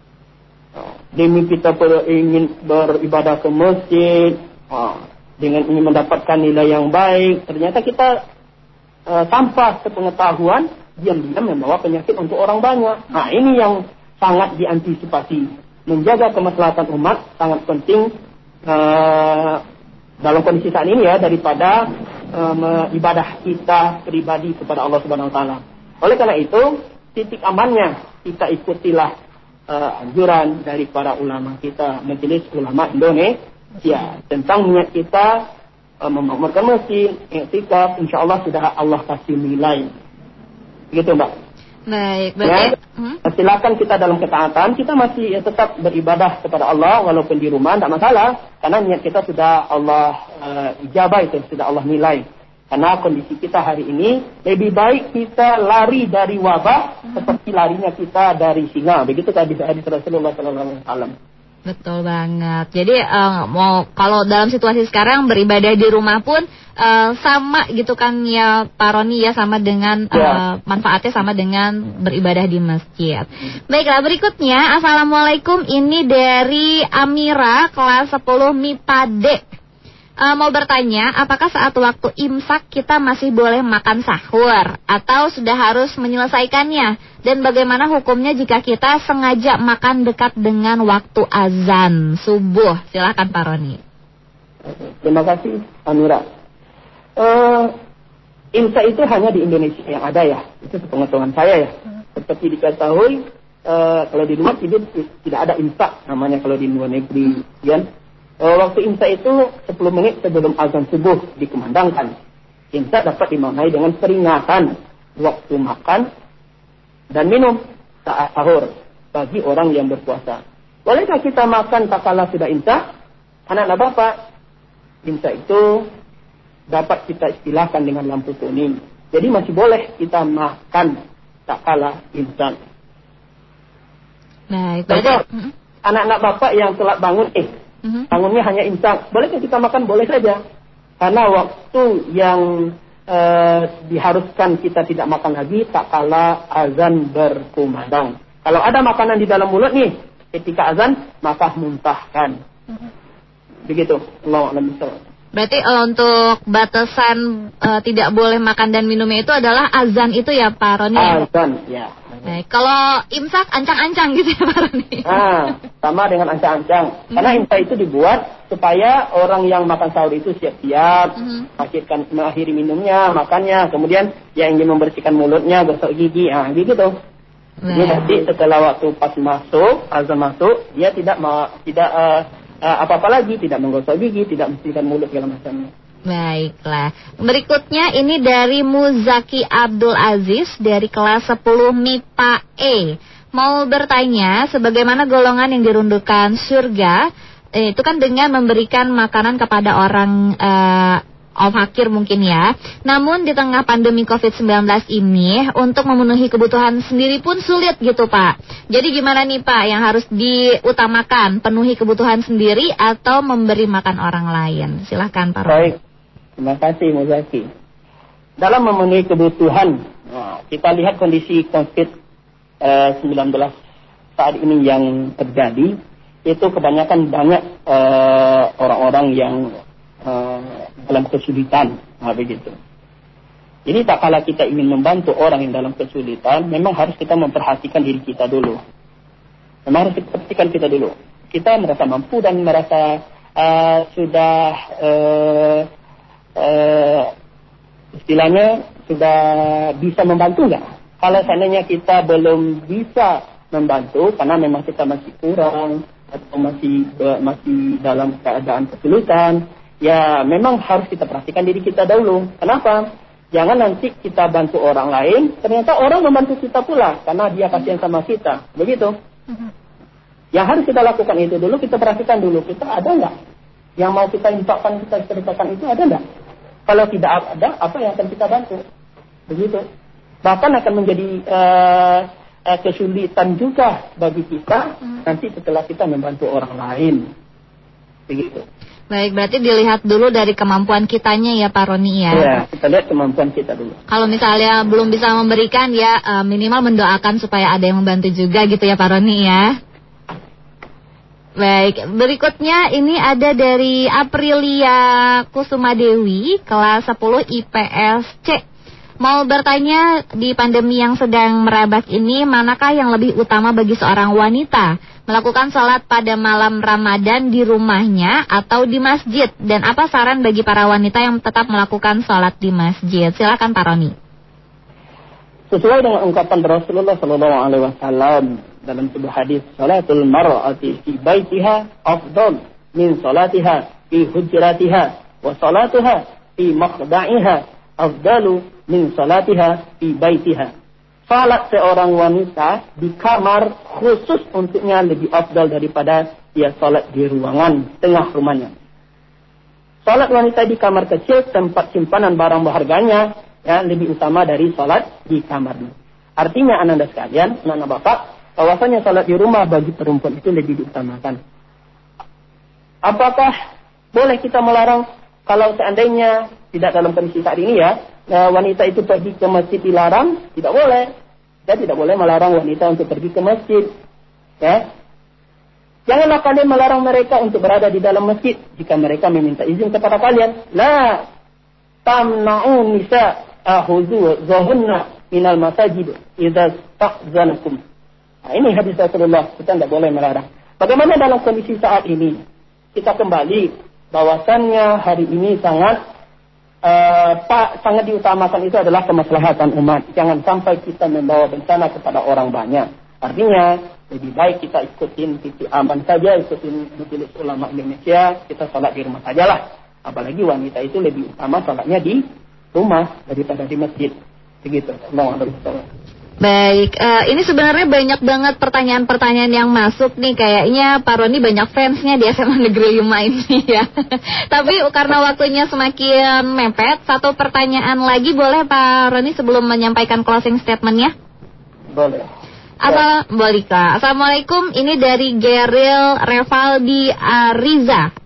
Demi kita ingin beribadah ke masjid, dengan ingin mendapatkan nilai yang baik, ternyata kita tanpa sepengetahuan diam-diam membawa penyakit untuk orang banyak. Nah, ini yang sangat diantisipasi. Menjaga kemaslahatan umat sangat penting uh, dalam kondisi saat ini ya, daripada uh, ibadah kita pribadi kepada Allah Subhanahu Wa Taala. Oleh karena itu, titik amannya kita ikutilah uh, anjuran dari para ulama kita, Majelis Ulama Indonesia, tentang niat kita uh, memakmurkan masjid, iktikaf, insya Allah sudah Allah kasih nilai. Gitu Mbak. Baik, berarti ya, hmm? silakan kita dalam ketaatan, kita masih ya, tetap beribadah kepada Allah walaupun di rumah, tidak masalah, karena niat kita sudah Allah uh, ijabah, itu sudah Allah nilai. Karena kondisi kita hari ini lebih baik kita lari dari wabah hmm. seperti larinya kita dari singa. Begitu tadi hadis Rasulullah sallallahu alaihi wasallam. Betul banget. Jadi uh, mau kalau dalam situasi sekarang beribadah di rumah pun uh, sama gitu kan ya Pak Roni ya, sama dengan uh, ya. manfaatnya sama dengan beribadah di masjid. Baiklah, berikutnya Assalamualaikum, ini dari Amira kelas sepuluh M I P A D. Uh, mau bertanya, apakah saat waktu imsak kita masih boleh makan sahur atau sudah harus menyelesaikannya? Dan bagaimana hukumnya jika kita sengaja makan dekat dengan waktu azan subuh? Silakan Pak Roni. Terima kasih Amira. Uh, imsak itu hanya di Indonesia yang ada ya, itu sepengetahuan saya ya. Seperti diketahui, uh, kalau di luar tidak tidak ada imsak namanya kalau di luar negeri, ya. Waktu imsak itu sepuluh menit sebelum azan subuh dikumandangkan. Imsak dapat dimaknai dengan peringatan waktu makan dan minum saat sahur bagi orang yang berpuasa. Bolehkah kita makan tak kala sudah imsak? Anak-anak Bapak, imsak itu dapat kita istilahkan dengan lampu kuning. Jadi masih boleh kita makan tak kala imsak. Baik, baik. Anak-anak Bapak yang telah bangun, eh, Mm-hmm. bangunnya hanya imsak, bolehkah kita makan? Boleh saja. Karena waktu yang uh, diharuskan kita tidak makan lagi tak kala azan berkumandang. Kalau ada makanan di dalam mulut nih, ketika azan, maka muntahkan. Begitu. Allah a'lam bishawab. Berarti uh, untuk batasan uh, tidak boleh makan dan minumnya itu adalah azan itu ya Pak Roni? Azan, ya. Baik. Kalau imsak ancang-ancang gitu ya Pak Roni? Ah, sama dengan ancang-ancang. Karena imsak itu dibuat supaya orang yang makan sahur itu siap-siap, mm-hmm. akhirkan mengakhiri minumnya, makannya, kemudian yang ingin membersihkan mulutnya, gosok gigi, ah gitu. Nah. Jadi nanti setelah waktu pas masuk, azan masuk, dia tidak ma- tidak uh, uh, apa-apa lagi, tidak menggosok gigi, tidak membersihkan mulut segala macamnya. Baiklah. Berikutnya ini dari Muzaki Abdul Aziz dari kelas sepuluh M I P A E. Mau bertanya, sebagaimana golongan yang dirundukan surga, eh, itu kan dengan memberikan makanan kepada orang eh, fakir mungkin ya. Namun di tengah pandemi covid sembilan belas ini, untuk memenuhi kebutuhan sendiri pun sulit gitu Pak. Jadi gimana nih Pak yang harus diutamakan? Penuhi kebutuhan sendiri atau memberi makan orang lain? Silahkan Pak. Baik. Terima kasih Muzaki. Dalam memenuhi kebutuhan, nah, kita lihat kondisi covid sembilan belas saat ini yang terjadi, itu kebanyakan banyak uh, orang-orang yang uh, dalam kesulitan, nah, begitu. Jadi tak kala kita ingin membantu orang yang dalam kesulitan, memang harus kita memperhatikan diri kita dulu. Memang harus kita perhatikan kita dulu. Kita merasa mampu dan merasa uh, sudah uh, Uh, istilahnya sudah bisa membantu nggak? Kalau seandainya kita belum bisa membantu karena memang kita masih kurang atau masih uh, masih dalam keadaan kesulitan, ya memang harus kita perhatikan diri kita dulu. Kenapa? Jangan nanti kita bantu orang lain, ternyata orang membantu kita pula karena dia kasihan sama kita, begitu? Yang harus kita lakukan itu dulu, kita perhatikan dulu kita ada nggak? Yang mau kita infakkan, kita ceritakan itu ada nggak? Kalau tidak ada, apa yang akan kita bantu? Begitu. Bahkan akan menjadi uh, uh, kesulitan juga bagi kita hmm. nanti setelah kita membantu orang lain. Begitu. Baik, berarti dilihat dulu dari kemampuan kitanya ya Pak Roni ya. Iya, kita lihat kemampuan kita dulu. Kalau misalnya belum bisa memberikan ya uh, minimal mendoakan supaya ada yang membantu juga gitu ya Pak Roni ya. Baik, berikutnya ini ada dari Aprilia Kusumadewi, kelas sepuluh I P S C. Mau bertanya, di pandemi yang sedang merebak ini, manakah yang lebih utama bagi seorang wanita? Melakukan sholat pada malam Ramadan di rumahnya atau di masjid? Dan apa saran bagi para wanita yang tetap melakukan sholat di masjid? Silakan Pak Roni. Sesuai dengan ungkapan Rasulullah Sallallahu Alaihi Wasallam dalam sebuah hadis, salatul mar'ati fi baitiha afdal min salatiha fi hujratiha wa salatuha fi maqda'iha afdalu min salatiha fi baitiha. Salat seorang wanita di kamar khusus untuknya lebih afdal daripada dia salat di ruangan tengah rumahnya. Salat wanita di kamar kecil tempat simpanan barang berharganya ya lebih utama dari salat di kamarnya. Artinya anak-anak sekalian, anak-anak bapak, bahwasanya salat di rumah bagi perempuan itu lebih diutamakan. Apakah boleh kita melarang kalau seandainya tidak dalam kondisi saat ini ya, wanita itu pergi ke masjid dilarang? Tidak boleh. Dan tidak boleh melarang wanita untuk pergi ke masjid. Ya. Janganlah kalian melarang mereka untuk berada di dalam masjid jika mereka meminta izin kepada kalian. La tamna'un nisa ahuzu zahunna minal masajid idza ta'zanakum. Nah, ini hadis Rasulullah, kita tidak boleh melarang. Bagaimana dalam kondisi saat ini? Kita kembali bahwasannya hari ini sangat uh, pak, sangat diutamakan itu adalah kemaslahatan umat. Jangan sampai kita membawa bencana kepada orang banyak. Artinya lebih baik kita ikutin titik aman saja, ikutin majelis ulama Indonesia, kita sholat di rumah sajalah. Apalagi wanita itu lebih utama sholatnya di rumah daripada di masjid. Begitu. Alhamdulillah. Baik, uh, ini sebenarnya banyak banget pertanyaan-pertanyaan yang masuk nih. Kayaknya Pak Roni banyak fansnya di S M A Negeri lima ini ya. Tapi karena waktunya semakin mepet, satu pertanyaan lagi boleh Pak Roni sebelum menyampaikan closing statement-nya? Boleh. Assalamualaikum. Assalamualaikum, ini dari Geril Revaldi Ariza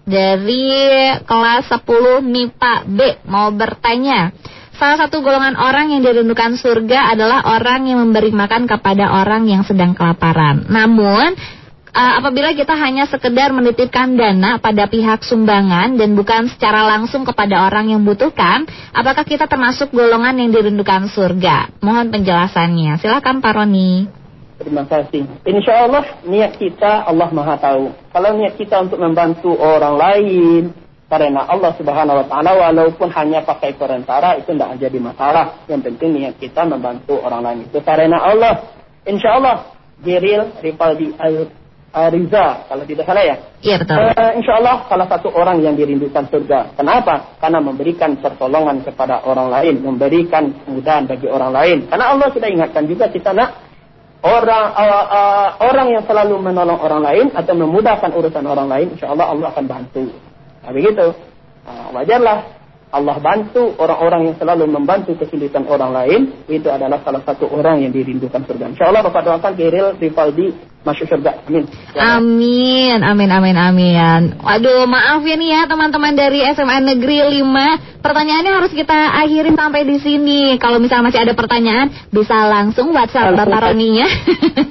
dari kelas sepuluh M I P A B mau bertanya. Salah satu golongan orang yang dirindukan surga adalah orang yang memberi makan kepada orang yang sedang kelaparan. Namun Uh, apabila kita hanya sekedar menitipkan dana pada pihak sumbangan dan bukan secara langsung kepada orang yang membutuhkan, apakah kita termasuk golongan yang dirindukan surga? Mohon penjelasannya. Silakan Pak Roni. Terima kasih. Insya Allah niat kita Allah Maha tahu. Kalau niat kita untuk membantu orang lain karena Allah Subhanahu Wa Taala, walaupun hanya pakai perantara itu tidak jadi masalah. Yang penting niat kita membantu orang lain itu karena Allah. Insya Allah Geril Ripaldi Riza, kalau tidak salah ya. Iya betul. Uh, insya Allah salah satu orang yang dirindukan surga. Kenapa? Karena memberikan pertolongan kepada orang lain, memberikan kemudahan bagi orang lain. Karena Allah sudah ingatkan juga kita nak orang uh, uh, orang yang selalu menolong orang lain atau memudahkan urusan orang lain, insya Allah Allah akan bantu. Nah, begitu. Nah, wajarlah Allah bantu orang-orang yang selalu membantu kesulitan orang lain. Itu adalah salah satu orang yang dirindukan surga. Insya Allah Bapak doakan Geril Ripaldi masuk surga. Amin. Amin, amin, amin, amin. Waduh, maaf ya nih ya teman-teman dari S M A Negeri lima. Pertanyaannya harus kita akhirin sampai di sini. Kalau misalnya masih ada pertanyaan, bisa langsung WhatsApp Bapak Roni ya.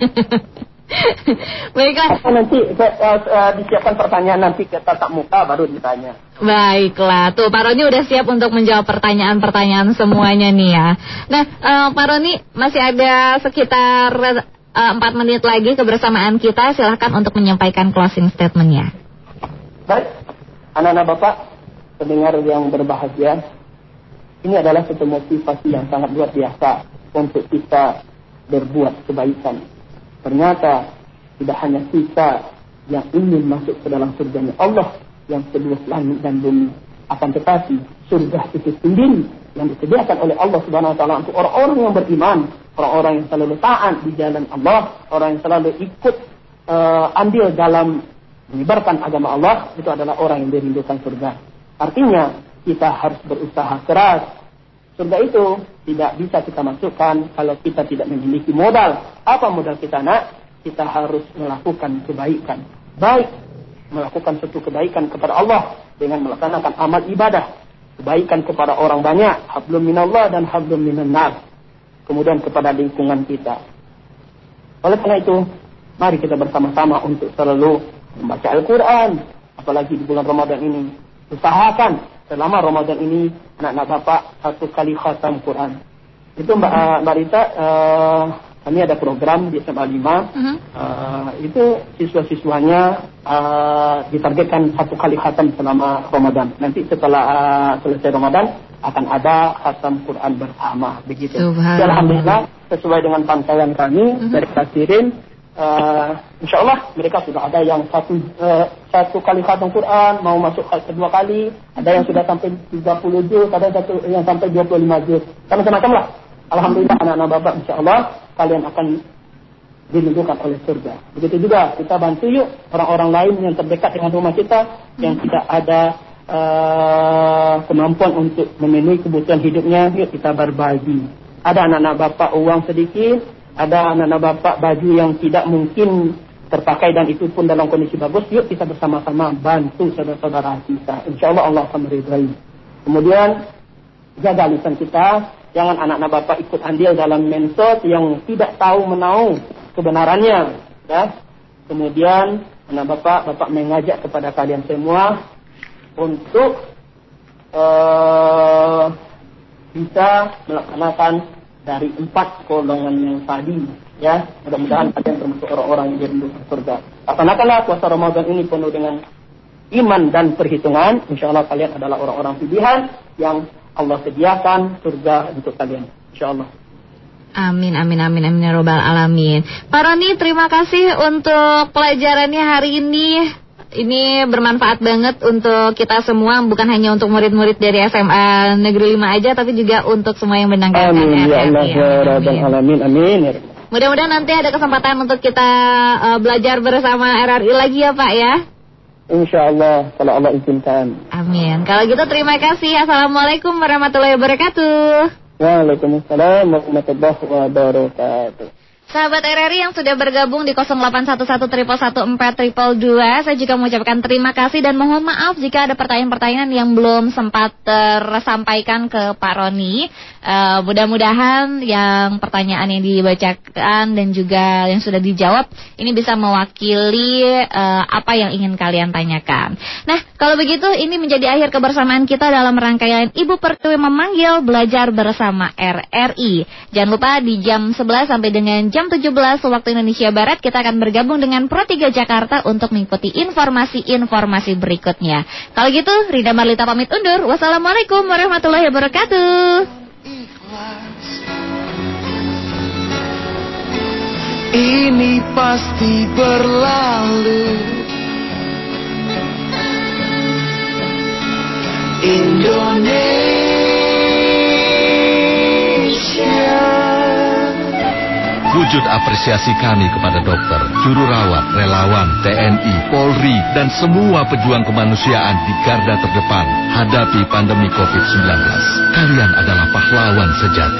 Baiklah. Nanti uh, uh, disiapkan pertanyaan nanti ke tatap muka baru ditanya. Baiklah, tuh Pak Roni udah siap untuk menjawab pertanyaan-pertanyaan semuanya nih ya. Nah, uh, Pak Roni masih ada sekitar empat uh, menit lagi kebersamaan kita. Silahkan untuk menyampaikan closing statement-nya. Baik, anak-anak Bapak, pendengar yang berbahagia, ini adalah satu motivasi yang sangat luar biasa untuk kita berbuat kebaikan. Ternyata tidak hanya kita yang ingin masuk ke dalam surganya Allah yang seluas langit dan bumi, akan tetapi surga itu sendiri yang disediakan oleh Allah Subhanahu Wa Taala untuk orang-orang yang beriman, orang-orang yang selalu taat di jalan Allah, orang yang selalu ikut uh, andil dalam menyebarkan agama Allah, itu adalah orang yang dirindukan surga. Artinya kita harus berusaha keras. Surga itu tidak bisa kita masukkan kalau kita tidak memiliki modal. Apa modal kita nak? Kita harus melakukan kebaikan. Baik, melakukan suatu kebaikan kepada Allah dengan melaksanakan amal ibadah. Kebaikan kepada orang banyak, hablum minallah dan hablum minan nar. Kemudian kepada lingkungan kita. Oleh karena itu, mari kita bersama-sama untuk selalu membaca Al-Quran. Apalagi di bulan Ramadan ini. Usahakan selama Ramadan ini anak-anak Bapak satu kali khatam Quran. Itu Mbak, uh, Mbak Rita, uh, kami ada program di S M A lima. Uh-huh. Uh, itu siswa-siswanya uh, ditargetkan satu kali khatam selama Ramadan. Nanti setelah uh, selesai Ramadan akan ada khatam Quran bersama. Begitu. Alhamdulillah sesuai dengan pantauan kami uh-huh. dari Kasirin. Uh, insya Allah mereka sudah ada yang satu uh, satu kali khatam Quran mau masuk kedua kali, ada yang sudah sampai tiga puluh juz, ada satu yang sampai dua puluh lima juz. Kan macam-macam lah. Alhamdulillah anak-anak Bapak insya Allah kalian akan dirindukan oleh surga. Begitu juga kita bantu yuk orang-orang lain yang terdekat dengan rumah kita yang tidak ada uh, kemampuan untuk memenuhi kebutuhan hidupnya, yuk kita berbagi. Ada anak-anak Bapak uang sedikit, ada anak-anak Bapak baju yang tidak mungkin terpakai dan itu pun dalam kondisi bagus, yuk kita bersama-sama bantu saudara-saudara kita. Insya Allah Allah akan meridai. Kemudian jaga lisan kita, jangan anak-anak Bapak ikut andil dalam mensos yang tidak tahu menahu kebenarannya. Ya. Kemudian anak Bapak, Bapak mengajak kepada kalian semua untuk uh, bisa melaksanakan dari empat golongan yang tadi, ya. Mudah-mudahan kalian termasuk orang-orang yang dirindukan surga. Laksanakanlah puasa Ramadan ini penuh dengan iman dan perhitungan. Insya Allah kalian adalah orang-orang pilihan yang Allah sediakan surga untuk kalian. Insya Allah. Amin, amin, amin, amin, ya robbal alamin. Pak Roni, terima kasih untuk pelajarannya hari ini. Ini bermanfaat banget untuk kita semua, bukan hanya untuk murid-murid dari S M A Negeri lima aja, tapi juga untuk semua yang mendengarkan. Amin, ya Allah, ya Rabbal Alamin, amin. Mudah-mudahan nanti ada kesempatan untuk kita uh, belajar bersama R R I lagi ya Pak ya. Insya Allah, kalau Allah izinkan. Amin. Kalau gitu terima kasih. Assalamualaikum warahmatullahi wabarakatuh. Waalaikumsalam warahmatullahi wabarakatuh. Sahabat R R I yang sudah bergabung di nol delapan satu satu satu satu empat dua dua, saya juga mengucapkan terima kasih dan mohon maaf jika ada pertanyaan-pertanyaan yang belum sempat tersampaikan ke Pak Roni. Uh, mudah-mudahan yang pertanyaan yang dibacakan dan juga yang sudah dijawab ini bisa mewakili uh, apa yang ingin kalian tanyakan. Nah, kalau begitu ini menjadi akhir kebersamaan kita dalam rangkaian Ibu Pertiwi memanggil belajar bersama R R I. Jangan lupa di jam sebelas sampai dengan jam tujuh belas waktu Indonesia Barat kita akan bergabung dengan Pro tiga Jakarta untuk mengikuti informasi-informasi berikutnya. Kalau gitu, Rida Marlita pamit undur. Wassalamualaikum warahmatullahi wabarakatuh. Ini pasti berlalu. Indonesia. Wujud apresiasi kami kepada dokter, juru rawat, relawan, T N I, Polri, dan semua pejuang kemanusiaan di garda terdepan hadapi pandemi covid sembilan belas. Kalian adalah pahlawan sejati.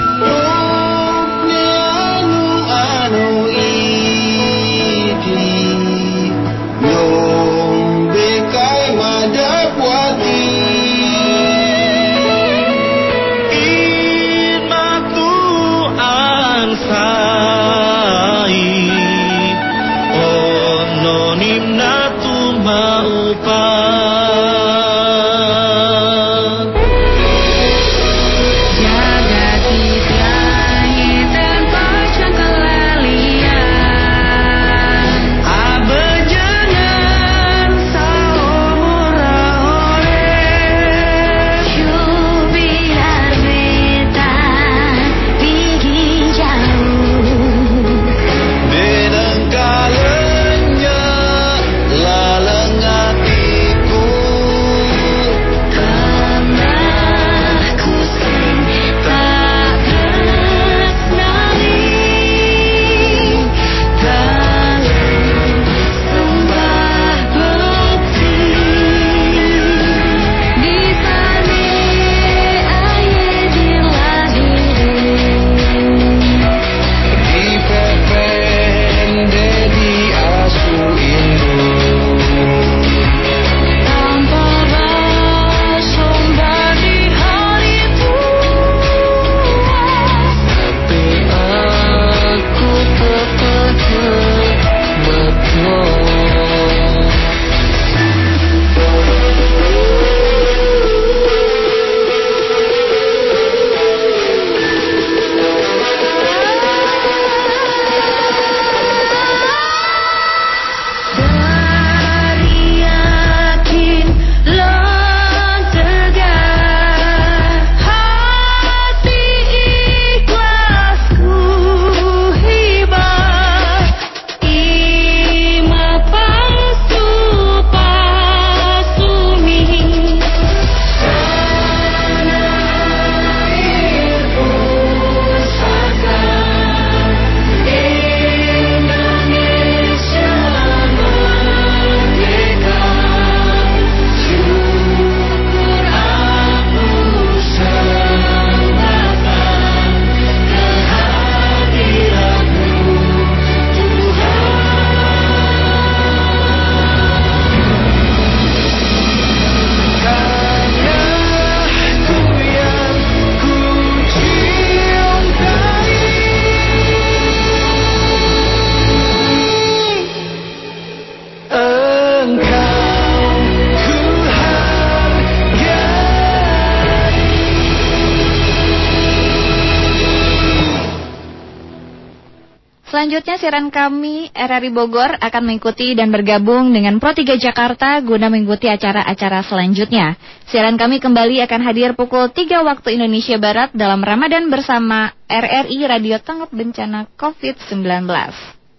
Selanjutnya siaran kami R R I Bogor akan mengikuti dan bergabung dengan Pro tiga Jakarta guna mengikuti acara-acara selanjutnya. Siaran kami kembali akan hadir pukul tiga waktu Indonesia Barat dalam Ramadan bersama R R I Radio Tanggap Bencana covid sembilan belas.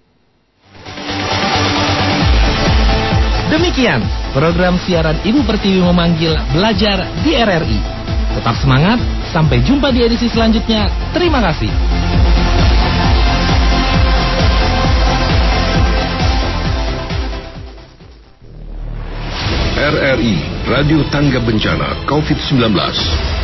Demikian program siaran Ibu Pertiwi memanggil belajar di R R I. Tetap semangat, sampai jumpa di edisi selanjutnya. Terima kasih. R R I Radio Tanggap Bencana covid sembilan belas.